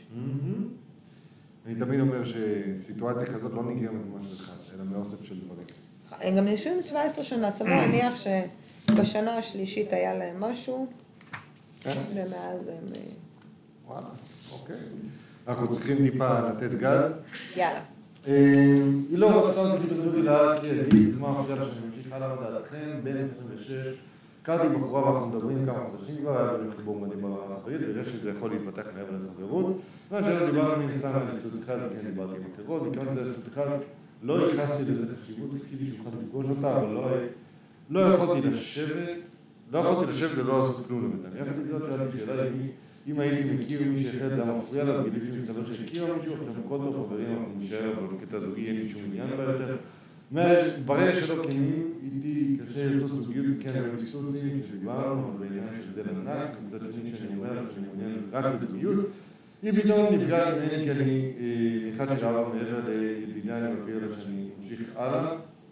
אני תמיד אומר שסיטואציה כזאת לא נגרמת ממשהו אחד, אלא מאוסף של דברים. הם גם יושבים שבע עשרה שנה, סביר להניח שבשנה השלישית היה להם משהו, ומאז הם... וואלה, אוקיי. אנחנו צריכים טיפה לתת גז. יאללה. היא לא רצתה אותי בזוג אלא כידיד, מה מפריע לה שאני ממשיך הלאה מדעתכם, בין עשרים ושש. הכרתי בחורה ואנחנו מדברים כמה חודשים כבר, היה לנו חיבור מדהים ברמה האחרית, וראה שזה יכול להתפתח מעבר לחברות. כיוון שלא דיברנו מן סתם על אסטות אחד, כן דיברתי עם אחרות, וכיוון שזה אסטות אחד, לא ייחסתי לזה חשיבות, חיכיתי שאוכל לפגוש אותה, אבל לא יכולתי לשבת, לא יכולתי לשבת ולא לעשות כלום לבטן. יחד עם זאת שאלתי שאלה, אם הייתי מכיר מישהו אחד, למה מפריע לה, וגיליתי שמסתבר שהכירה מישהו, עכשיו כל דבר חברים, אנחנו נשאר, אבל בקטע הזוגי אין לי שום עניין בה יותר. ברגע שלא כנים, איתי קשה לרצות זוגיות, כן, במסטוצים שדיברנו, אבל בעניין של דל ענק, מצד שני שאני אומר שאני מעוניין רק בזוגיות, היא פתאום נפגעת ממני כי אני אחד של אהבה מעבר לידידה, אני מביא לה שאני ממשיך הלאה,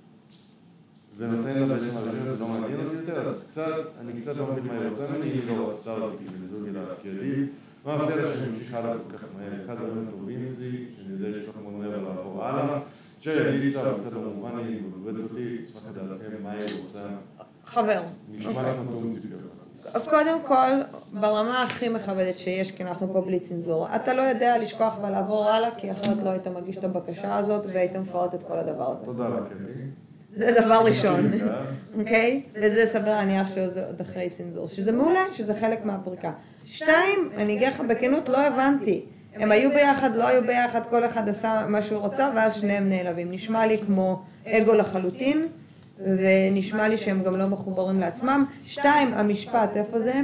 ונותן לה בעצם הראשון שזה לא מעניין אותי יותר, אז קצת, אני קצת לא מבין מה היא רוצה ממני, היא לא רצתה אותי בזוג אלא כידיד, מה מפריע לה שאני ממשיך הלאה כל כך מהר, אחד הדברים הטובים אצלי, שאני יודע שיש לך מאוד מהר לעבור הלאה, שידיד איתה, קצת במובן היא מבלבלת אותי, אשמח לדעתכם מה היא רוצה. חבר. נשמע לך נתון ציפיות. קודם כל, ברמה הכי מכבדת שיש, כי אנחנו פה בלי צנזורה, אתה לא יודע לשכוח ולעבור הלאה, כי אחרת לא היית מגיש את הבקשה הזאת והיית מפרט את כל הדבר הזה. תודה לך, קרי. זה דבר ראשון, אוקיי? וזה סביר להניח שזה עוד אחרי צנזור, שזה מעולה, שזה חלק מהפריקה. שתיים, אני אגיד לך בכנות, לא הבנתי. הם היו ביחד, לא היו ביחד, כל אחד עשה מה שהוא רוצה, ואז שניהם נעלבים. נשמע לי כמו אגו לחלוטין, ונשמע לי שהם גם לא מחוברים לעצמם. שתיים, המשפט, איפה זה?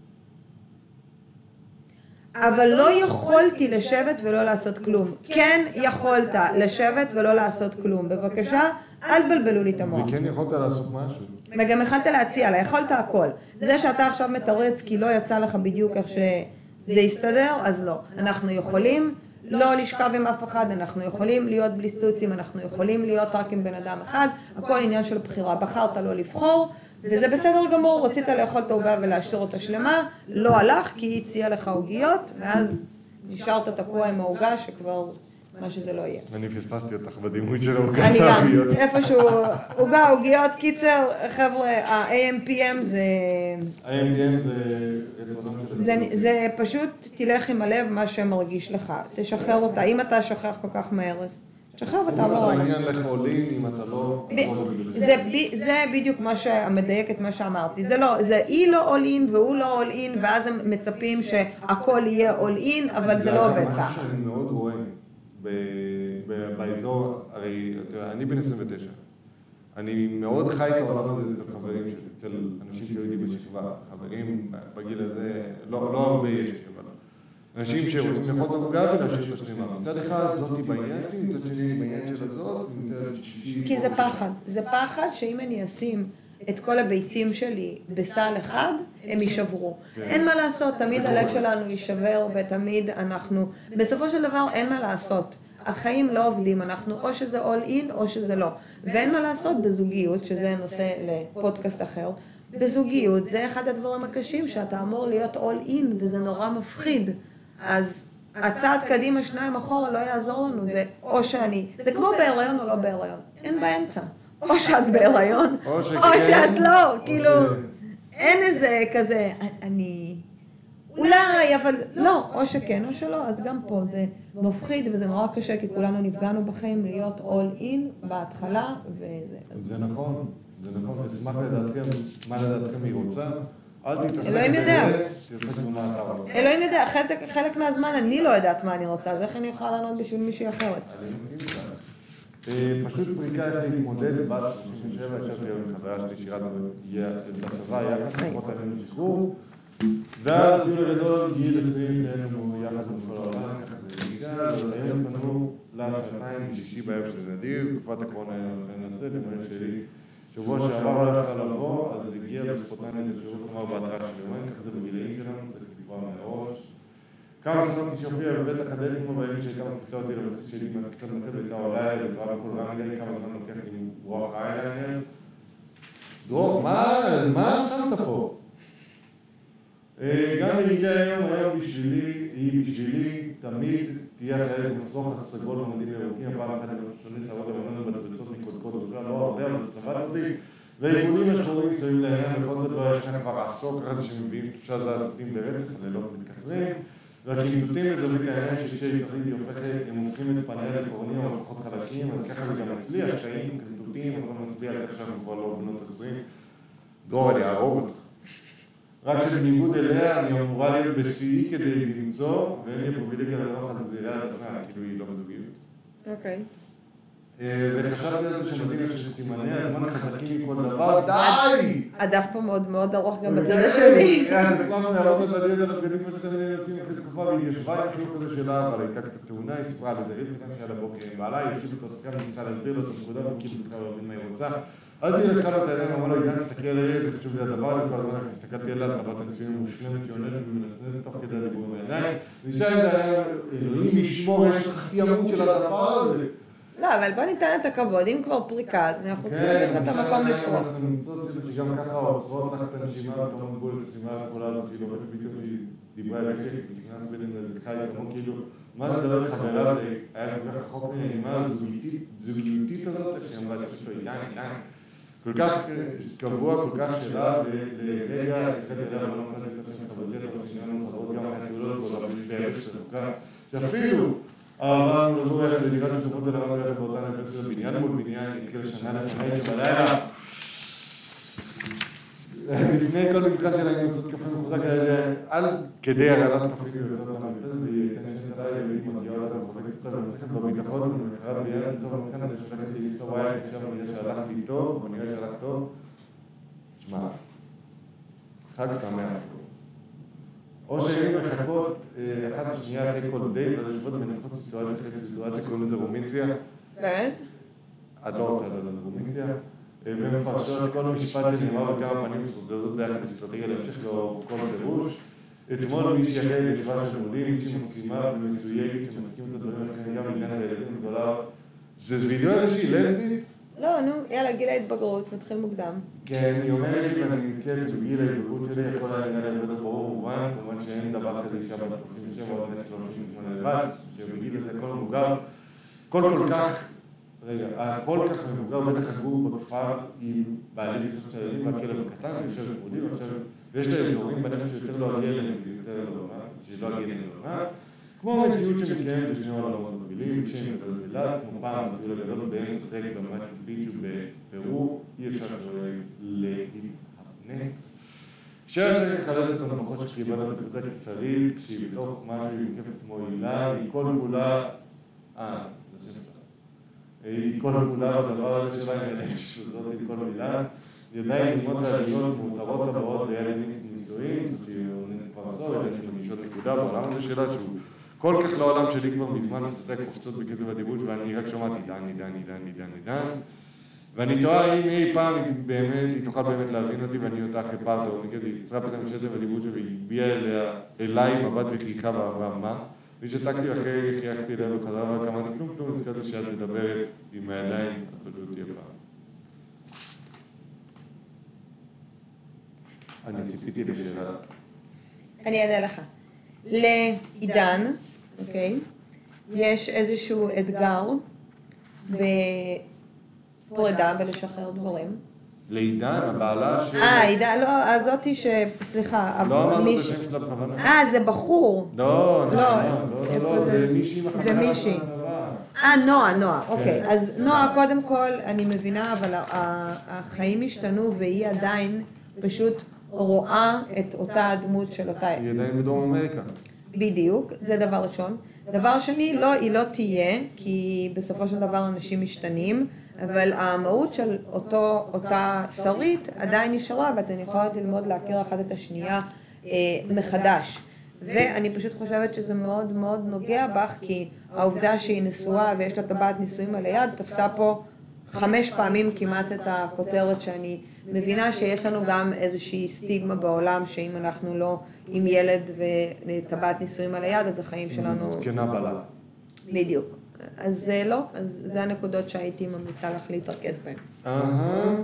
אבל לא יכולתי לשבת ולא לעשות כלום. כן יכולת לשבת ולא לעשות כלום. בבקשה, אל תבלבלו לי את המוח. וכן יכולת לעשות משהו. וגם יכולת להציע לה, יכולת הכל. זה שאתה עכשיו מתרץ כי לא יצא לך בדיוק איך שזה יסתדר, אז לא. אנחנו יכולים לא לשכב עם אף אחד, אנחנו יכולים להיות בלי סטוצים, אנחנו יכולים להיות רק עם בן אדם אחד, הכל עניין של בחירה. בחרת לא לבחור, וזה בסדר גמור, רצית לאכול את העוגה ולהשאיר אותה שלמה, לא הלך כי היא הציעה לך עוגיות, ואז נשארת תקוע עם העוגה שכבר מה שזה לא יהיה. אני פספסתי אותך בדימוי של העוגה. אני גם, איפשהו, עוגה, עוגיות, קיצר, חבר'ה, ה-A M P M זה... ה-A M P M זה... זה פשוט תלך עם הלב מה שמרגיש לך, תשחרר אותה, אם אתה שוכח כל כך מהר, אז תשחרר ותעבור. העניין לך עולין אם אתה לא... זה בדיוק מה שמדייק את מה שאמרתי, זה לא, זה היא לא עולין והוא לא עולין, ואז הם מצפים שהכל יהיה עולין, אבל זה לא עובד ככה. זה משהו שאני מאוד רואה באזור, הרי אני בן עשרים ותשע, אני מאוד חי את העולם הזה אצל חברים שלי, אצל אנשים שהיו איתי בשכבה, חברים בגיל הזה, לא הרבה יש, אבל אנשים שרוצים לאכול במוגע ולהשאיר את השלימה. מצד אחד זאתי בעניין שלי, מצד שני בעניין של הזאת, מצד שישי... כי זה פחד, זה פחד שאם אני אשים את כל הביצים שלי בסל אחד, הם יישברו. אין מה לעשות, תמיד הלב שלנו יישבר ותמיד אנחנו, בסופו של דבר אין מה לעשות. החיים לא עובדים, אנחנו או שזה all in או שזה לא. ואין מה לעשות בזוגיות, שזה נושא לפודקאסט אחר. בזוגיות זה אחד הדברים הקשים שאתה אמור להיות all in וזה נורא מפחיד. אז הצעד קדימה שניים אחורה לא יעזור לנו, זה או שאני, זה כמו בהיריון או לא בהיריון, אין באמצע. או שאת בהיריון, או שאת לא, כאילו, אין איזה כזה, אני... אולי, אבל לא, או שכן או שלא, אז גם פה זה מפחיד וזה נורא קשה, כי כולנו נפגענו בחיים להיות all in בהתחלה, וזה... זה נכון, זה נכון, אשמח לדעתכם, מה לדעתכם היא רוצה, אל תתעסק אלוהים יודע. תתעסק במה אתה רוצה. אלוהים יודע, חלק מהזמן אני לא יודעת מה אני רוצה, אז איך אני יכולה לענות בשביל מישהי אחרת? אני מסכים איתך. פשוט פריקה איך להתמודד, בת שלושים ושבע, ישבתי היום עם חברה שלי שירתנו בצבא, יחד לפחות עלינו שחרור. ואז טיול הגדול, גיל עשרים, היינו יחד עם כל העולם, ככה זה ניגע, והיום פנו לשנתיים, משישי בערב שזה נדיר, תקופת הקורונה ננצל, למעט שלי, שבוע שעבר לא יכלה לבוא, אז זה הגיע בספורטניים לשירות כלומר בהתראה של יומיים, ככה זה בגילאים שלנו, צריך לקבוע מראש. כמה סנתי שהופיע בבית החדל כמו בימים שהייתה מפוצה אותי לבצע שלי קצת מנתת ביתה עולה, לתראה בכל רנגל, כמה זמן לוקח עם רוח איילנר. דרור, מה שמת פה? גם היא הגיעה היום, היום בשבילי, היא בשבילי, תמיד תהיה אחרת מסוך הסגול ומדים ירוקים, הפעם אחת אני שונה שערות לבנון בתבצות מקודקוד בכלל, לא הרבה, אבל צבט אותי, והארגונים השחורים סביב לעניין, בכל זאת לא יש כאן כבר עשור ככה שמביאים שלושה זלתים ברצף, לילות מתקצרים, והקינטוטים וזווית העניין שכשהיא תחליט הם הופכים את פניה לקורונים או פחות חלקים, אז ככה זה גם אצלי, השעים, קינטוטים, אבל מצביע על כך שאנחנו כבר לא בנות עשרים. דרור, אני אהרוג אותך. רק שבניגוד אליה אני אמורה להיות בשיאי כדי למצוא, ואין לי פריבילגיה לנוח על זה אליה לפני, כאילו היא לא בזוגיות. אוקיי. וחשבתי על זה שמדהים איך שסימני הזמן חזקים מכל דבר, די! הדף פה מאוד מאוד ארוך גם בצד השני. זה כבר להראות את הדיון על הבגדים כמו שאתם מנסים אחרי תקופה, והיא ישבה עם החיוך הזה שלה, אבל הייתה קצת תאונה, היא סיפרה על איזה ריב קטן שהיה לבוקר עם בעלה, היא יושבת אותו תקן וניסתה להסביר לו את הנקודה, וכאילו בכלל לא מבין מה היא רוצה. אז היא לקחה לו את העיניים, אמרה לו, עידן, תסתכלי על הילד, זה חשוב לי הדבר, וכל הזמן הסתכלתי עליו, טבעת הנישואים מושלמת שעונדת ומנצנדת תוך כדי הדיבור עם הידיים. ניסה עם העיניים, אלוהים ישמור, יש חצי עמוד של הדבר הזה. לא, אבל בוא ניתן את הכבוד, אם כבר פריקה, אז אנחנו צריכים לתת את המקום לפרוק. כן, למצוא שגם ככה עוצרות לך את הנשימה, ותאום בול את הסימה הקולה הזאת, כאילו, פתאום היא דיברה על הכיף, נכנס בינינו לאיזה חי צמון, כאילו, מה אתה מדבר חברה, זה היה כל כך רחוק מנעימה הזוגיותית הזאת, איך שהיא אמרה לי, שיש לו עידן, עידן. כל כך קבוע, כל כך שלה, ולרגע, תסתכלתי עליה, אבל לא מצאתי את השם חברתי, אבל שנינו חברות גם אחרי תעולות, אבל בערך של חוקה, שאפילו אהבנו לבוא יחד לדירת משותפות הלבן ביחד באותה נפש של בניין מול בניין, התחיל שנה לפני שבלילה. לפני כל מבחן שלנו לעשות קפה מחוזק על כדי הרעלת קפים ויוצאות מהמפז, והיא תן שנת הלילה, והיא מגיעה אותה וחובקת אותה ומסכת בביטחון, ומחרת ביד בסוף המבחן הזה שולחת לי לשתו וואי, עכשיו נראה שהלכתי טוב, ונראה שהלך טוב. שמע, חג שמח. או שהיינו מחכות אחת השנייה אחרי כל דייט, אבל יושבות בנפחות סיטואציה, קוראים לזה רומיציה. באמת? את לא רוצה לדעת רומיציה. ומפרשות כל משפט שנאמר בכמה פנים מסודרות ביחד אסטרטגיה להמשך לאור כל פירוש. אתמול מישהי אחרי ישיבה של מודים, מישהי מסכימה ומסויגת שמסכים את הדברים לכן גם עניין לילדים גדולה. זה וידאו איזושהי לסבית? לא, נו, יאללה, גיל ההתבגרות, מתחיל מוקדם. כן, היא אומרת לי ואני נזכרת שבגיל ההתבגרות שלי יכול היה נראה להיות ברור מובן, כמובן שאין דבר כזה אישה בת שלושים ושבע או בן שלושים ושמונה לבד, שבגיל הזה כל מבוגר, כל כל כך, רגע, כל כך מבוגר בטח הגור בכפר עם בעלי שלושת הילדים והכלב הקטן, יושב במודים, ויש לה אזורים בנפש שיותר לא אגיע אליהם ויותר לא עונה, שלא אגיע אליהם לעונה, כמו המציאות שמתקיימת בשני עולמות מקבילים, כשהם גדול בלעד, כמו פעם, בטיול הגדול באמצע טרק במאצ'ו פיצ'ו בפרו, אי אפשר להתהפנט. כשאתה צריך לחלט את המקות שחיבנה בקבוצה קיסרית, כשהיא בתוך משהו עם כיפת כמו הילה, היא כל כולה... אה, זה שם שלך. היא כל כולה בדבר הזה שלה, היא עדיין ששוזרות עם כל מילה. ידיים נעימות ועדינות מאותרות הבאות ליד נישואים, שהיא פרסו, אלא שמגישות נקודה בעולם הזה שלה, שהוא כל כך לעולם שלי כבר מזמן מסתק קופצות בקצב הדיבוש, ואני רק שומעת עידן, עידן, עידן, עידן, עידן. ואני תוהה אם אי פעם היא תוכל באמת להבין אותי, ואני אותה אחרי פער תאורניקת, והיא קצרה פתאום שטף הדיבוש, והיא הביאה אליי מבט וחייכה ואמרה מה. ושתקתי אחרי, חייכתי אליה בחזרה, ורק אמרתי כלום, כלום, נזכרתי שאת מדברת עם הידיים, את פשוט יפה. אני ציפיתי לשאלה. אני אענה לך. לעידן, אוקיי, יש איזשהו אתגר בפרידה ולשחרר דברים. לעידן, הבעלה ש... אה, עידן, לא, הזאתי ש... סליחה. לא אמרנו את השם שלה בכוונה. אה, זה בחור. לא, לא, לא, לא, זה מישהי עם זה מישהי. אה, נועה, נועה, אוקיי. אז נועה, קודם כל, אני מבינה, אבל החיים השתנו והיא עדיין פשוט רואה את אותה הדמות של אותה... היא עדיין בדרום אמריקה. בדיוק, זה דבר ראשון. דבר שני, לא, היא לא תהיה, כי בסופו של דבר אנשים משתנים, אבל המהות של אותו, אותה שרית עדיין נשארה, ואתן יכולות ללמוד להכיר אחת את השנייה אה, מחדש. ואני פשוט חושבת שזה מאוד מאוד נוגע בך, כי העובדה שהיא נשואה ויש לה טבעת נישואים על היד, תפסה פה חמש פעמים כמעט את הכותרת שאני מבינה שיש לנו גם איזושהי סטיגמה בעולם, שאם אנחנו לא עם ילד וטבעת נישואים על היד, אז החיים שלנו... זקנה בלה. בדיוק. אז לא, אז זה הנקודות שהייתי ממליצה לך להתרכז בהן. אהה.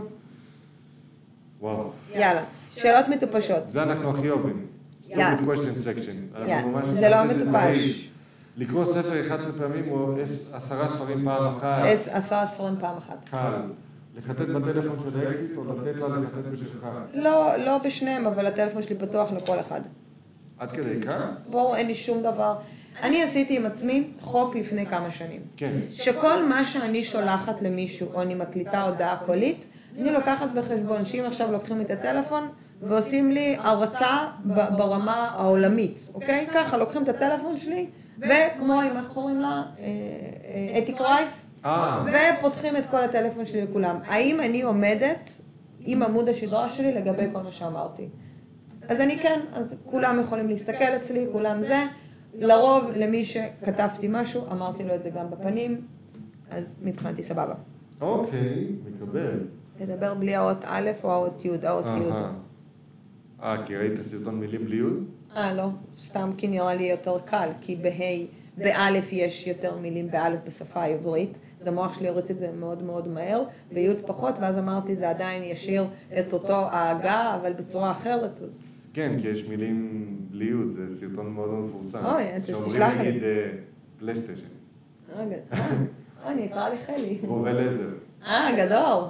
וואו. יאללה, שאלות מטופשות. זה אנחנו הכי אוהבים. יאללה. Stupid question section. יאללה, זה לא מטופש. לקרוא ספר אחת עשרה פעמים או עשרה ספרים פעם אחת. עשרה ספרים פעם אחת. קל. לחטט בטלפון של האקסיט או לתת לה לחטט בשלך? לא, לא בשניהם, אבל הטלפון שלי פתוח לכל אחד. עד כדי כך? בואו, אין לי שום דבר. אני עשיתי עם עצמי חוק לפני כמה שנים. כן. שכל מה שאני שולחת למישהו, או אני מקליטה הודעה קולית, אני לוקחת בחשבון שאם עכשיו לוקחים את הטלפון ועושים לי הרצה ברמה העולמית, אוקיי? ככה, לוקחים את הטלפון שלי, וכמו, אם אנחנו קוראים לה, אתי קרייף, ופותחים את כל הטלפון שלי לכולם. האם אני עומדת עם עמוד השדרה שלי לגבי כל מה שאמרתי? אז אני כן, אז כולם יכולים להסתכל אצלי, כולם זה. לרוב, למי שכתבתי משהו, אמרתי לו את זה גם בפנים, אז מבחינתי סבבה. אוקיי, מקבל. תדבר בלי האות א' או האות י', האות י'. אה, כי ראית סרטון מילים בלי י'? אה, לא, סתם כי נראה לי יותר קל, כי בה' באלף יש יותר מילים באלף בשפה העברית, אז המוח שלי הריץ את זה מאוד מאוד מהר, בי' פחות, ואז אמרתי, זה עדיין ישאיר את אותו ההגה, אבל בצורה אחרת, אז... כן, כי יש מילים בלי י', זה סרטון מאוד מפורסם. אוי, אז תשלח לי. שאומרים נגיד פלייסטיישן. רגע, אה, אני אקרא לי חלי. רובה לזר. אה, גדול.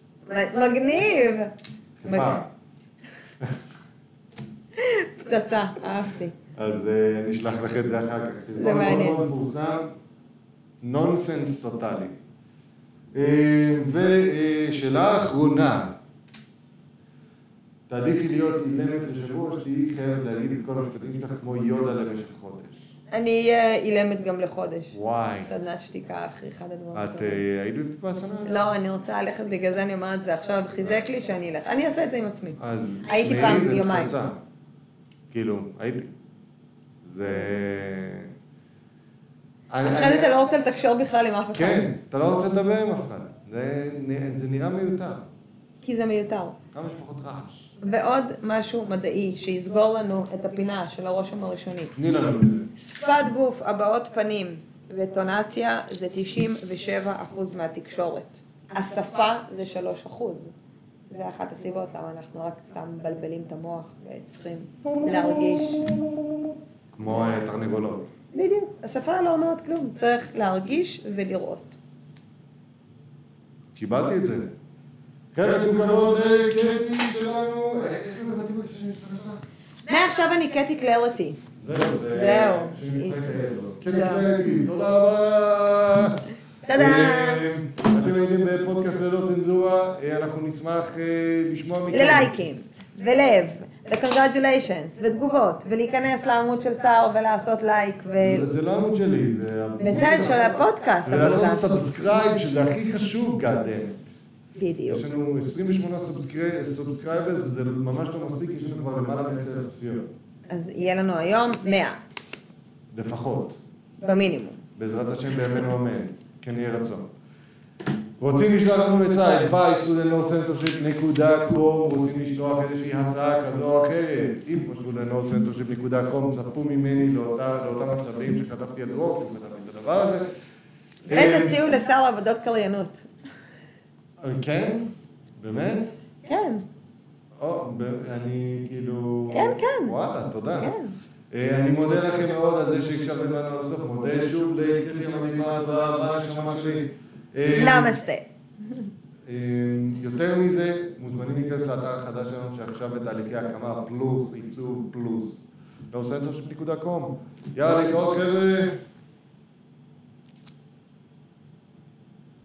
מגניב. חיפה. פצצה, אהבתי. אז נשלח לך את זה אחר כך. זה מעניין. מאוד מפורסם, נונסנס טוטלי. ושאלה אחרונה, תעדיפי להיות אילמת לשבוע, שתהיי חייבת להגיד את כל המשפטים שלך כמו יודה למשך חודש. אני אהיה אילמת גם לחודש. וואי. סדנת שתיקה, אחי, אחד הדברים. את היית בפסנה? לא, אני רוצה ללכת, בגלל זה אני אומרת את זה עכשיו, חיזק לי שאני אלך. אני אעשה את זה עם עצמי. אז הייתי פעם יומיים. כאילו, הייתי. זה... אחרי זה אתה לא רוצה לתקשר בכלל עם אף אחד. כן, אתה לא רוצה לדבר עם אף אחד. זה נראה מיותר. כי זה מיותר. כמה שפחות רעש. ועוד משהו מדעי שיסגור לנו את הפינה של הרושם הראשוני. תני לנו את זה. שפת גוף, הבעות פנים וטונציה זה תשעים ושבע אחוז מהתקשורת. השפה זה שלוש אחוז. זה אחת הסיבות למה אנחנו רק סתם מבלבלים את המוח וצריכים להרגיש. כמו תרנגולות. בדיוק, השפה לא אומרת כלום, צריך להרגיש ולראות. קיבלתי את זה. כן, יש לנו כאן עוד קטי שלנו. איך הם מבטאים את השם שלך? מעכשיו אני קטי קלריטי. זהו, זה... זהו. קטי קלריטי, תודה רבה. תודה. אתם הייתם בפודקאסט ללא צנזורה, אנחנו נשמח לשמוע מכם. ללייקים, ולב, ו-congratulations, ותגובות, ולהיכנס לעמוד של סער ולעשות לייק, ו... זה לא עמוד שלי, זה... זה של הפודקאסט. ולעשות סאבסקרייב, שזה הכי חשוב, גאדמת. בדיוק. יש לנו עשרים ושמונה סאבסקרייברס, וזה ממש לא מספיק, יש לנו כבר למעלה מ-עשר אלף צפיות. אז יהיה לנו היום מאה. לפחות. במינימום. בעזרת השם בימינו אמן. כן יהיה רצון. רוצים לשלוח לנו עצה, advice to the no censorship נקודה קום, רוצים לשלוח איזושהי הצעה כזו או אחרת, info to the no censorship נקודה קום, צפו ממני לאותם מצבים שכתבתי עד רוק, שכתבתי את הדבר הזה. ותציעו לשר עבודות קריינות. כן? באמת? כן. או, אני כאילו... כן, כן. וואלה, תודה. כן. אני מודה לכם מאוד על זה שהקשבתם לנו לסוף, מודה שוב לקטי המדהימה, תודה רבה, נשמה שלי. נמסטה. יותר מזה, מוזמנים להיכנס לאתר החדש שלנו שעכשיו בתהליכי הקמה פלוס, עיצוב פלוס. no censorship נקודה קום. יאללה, להתראות חבר'ה.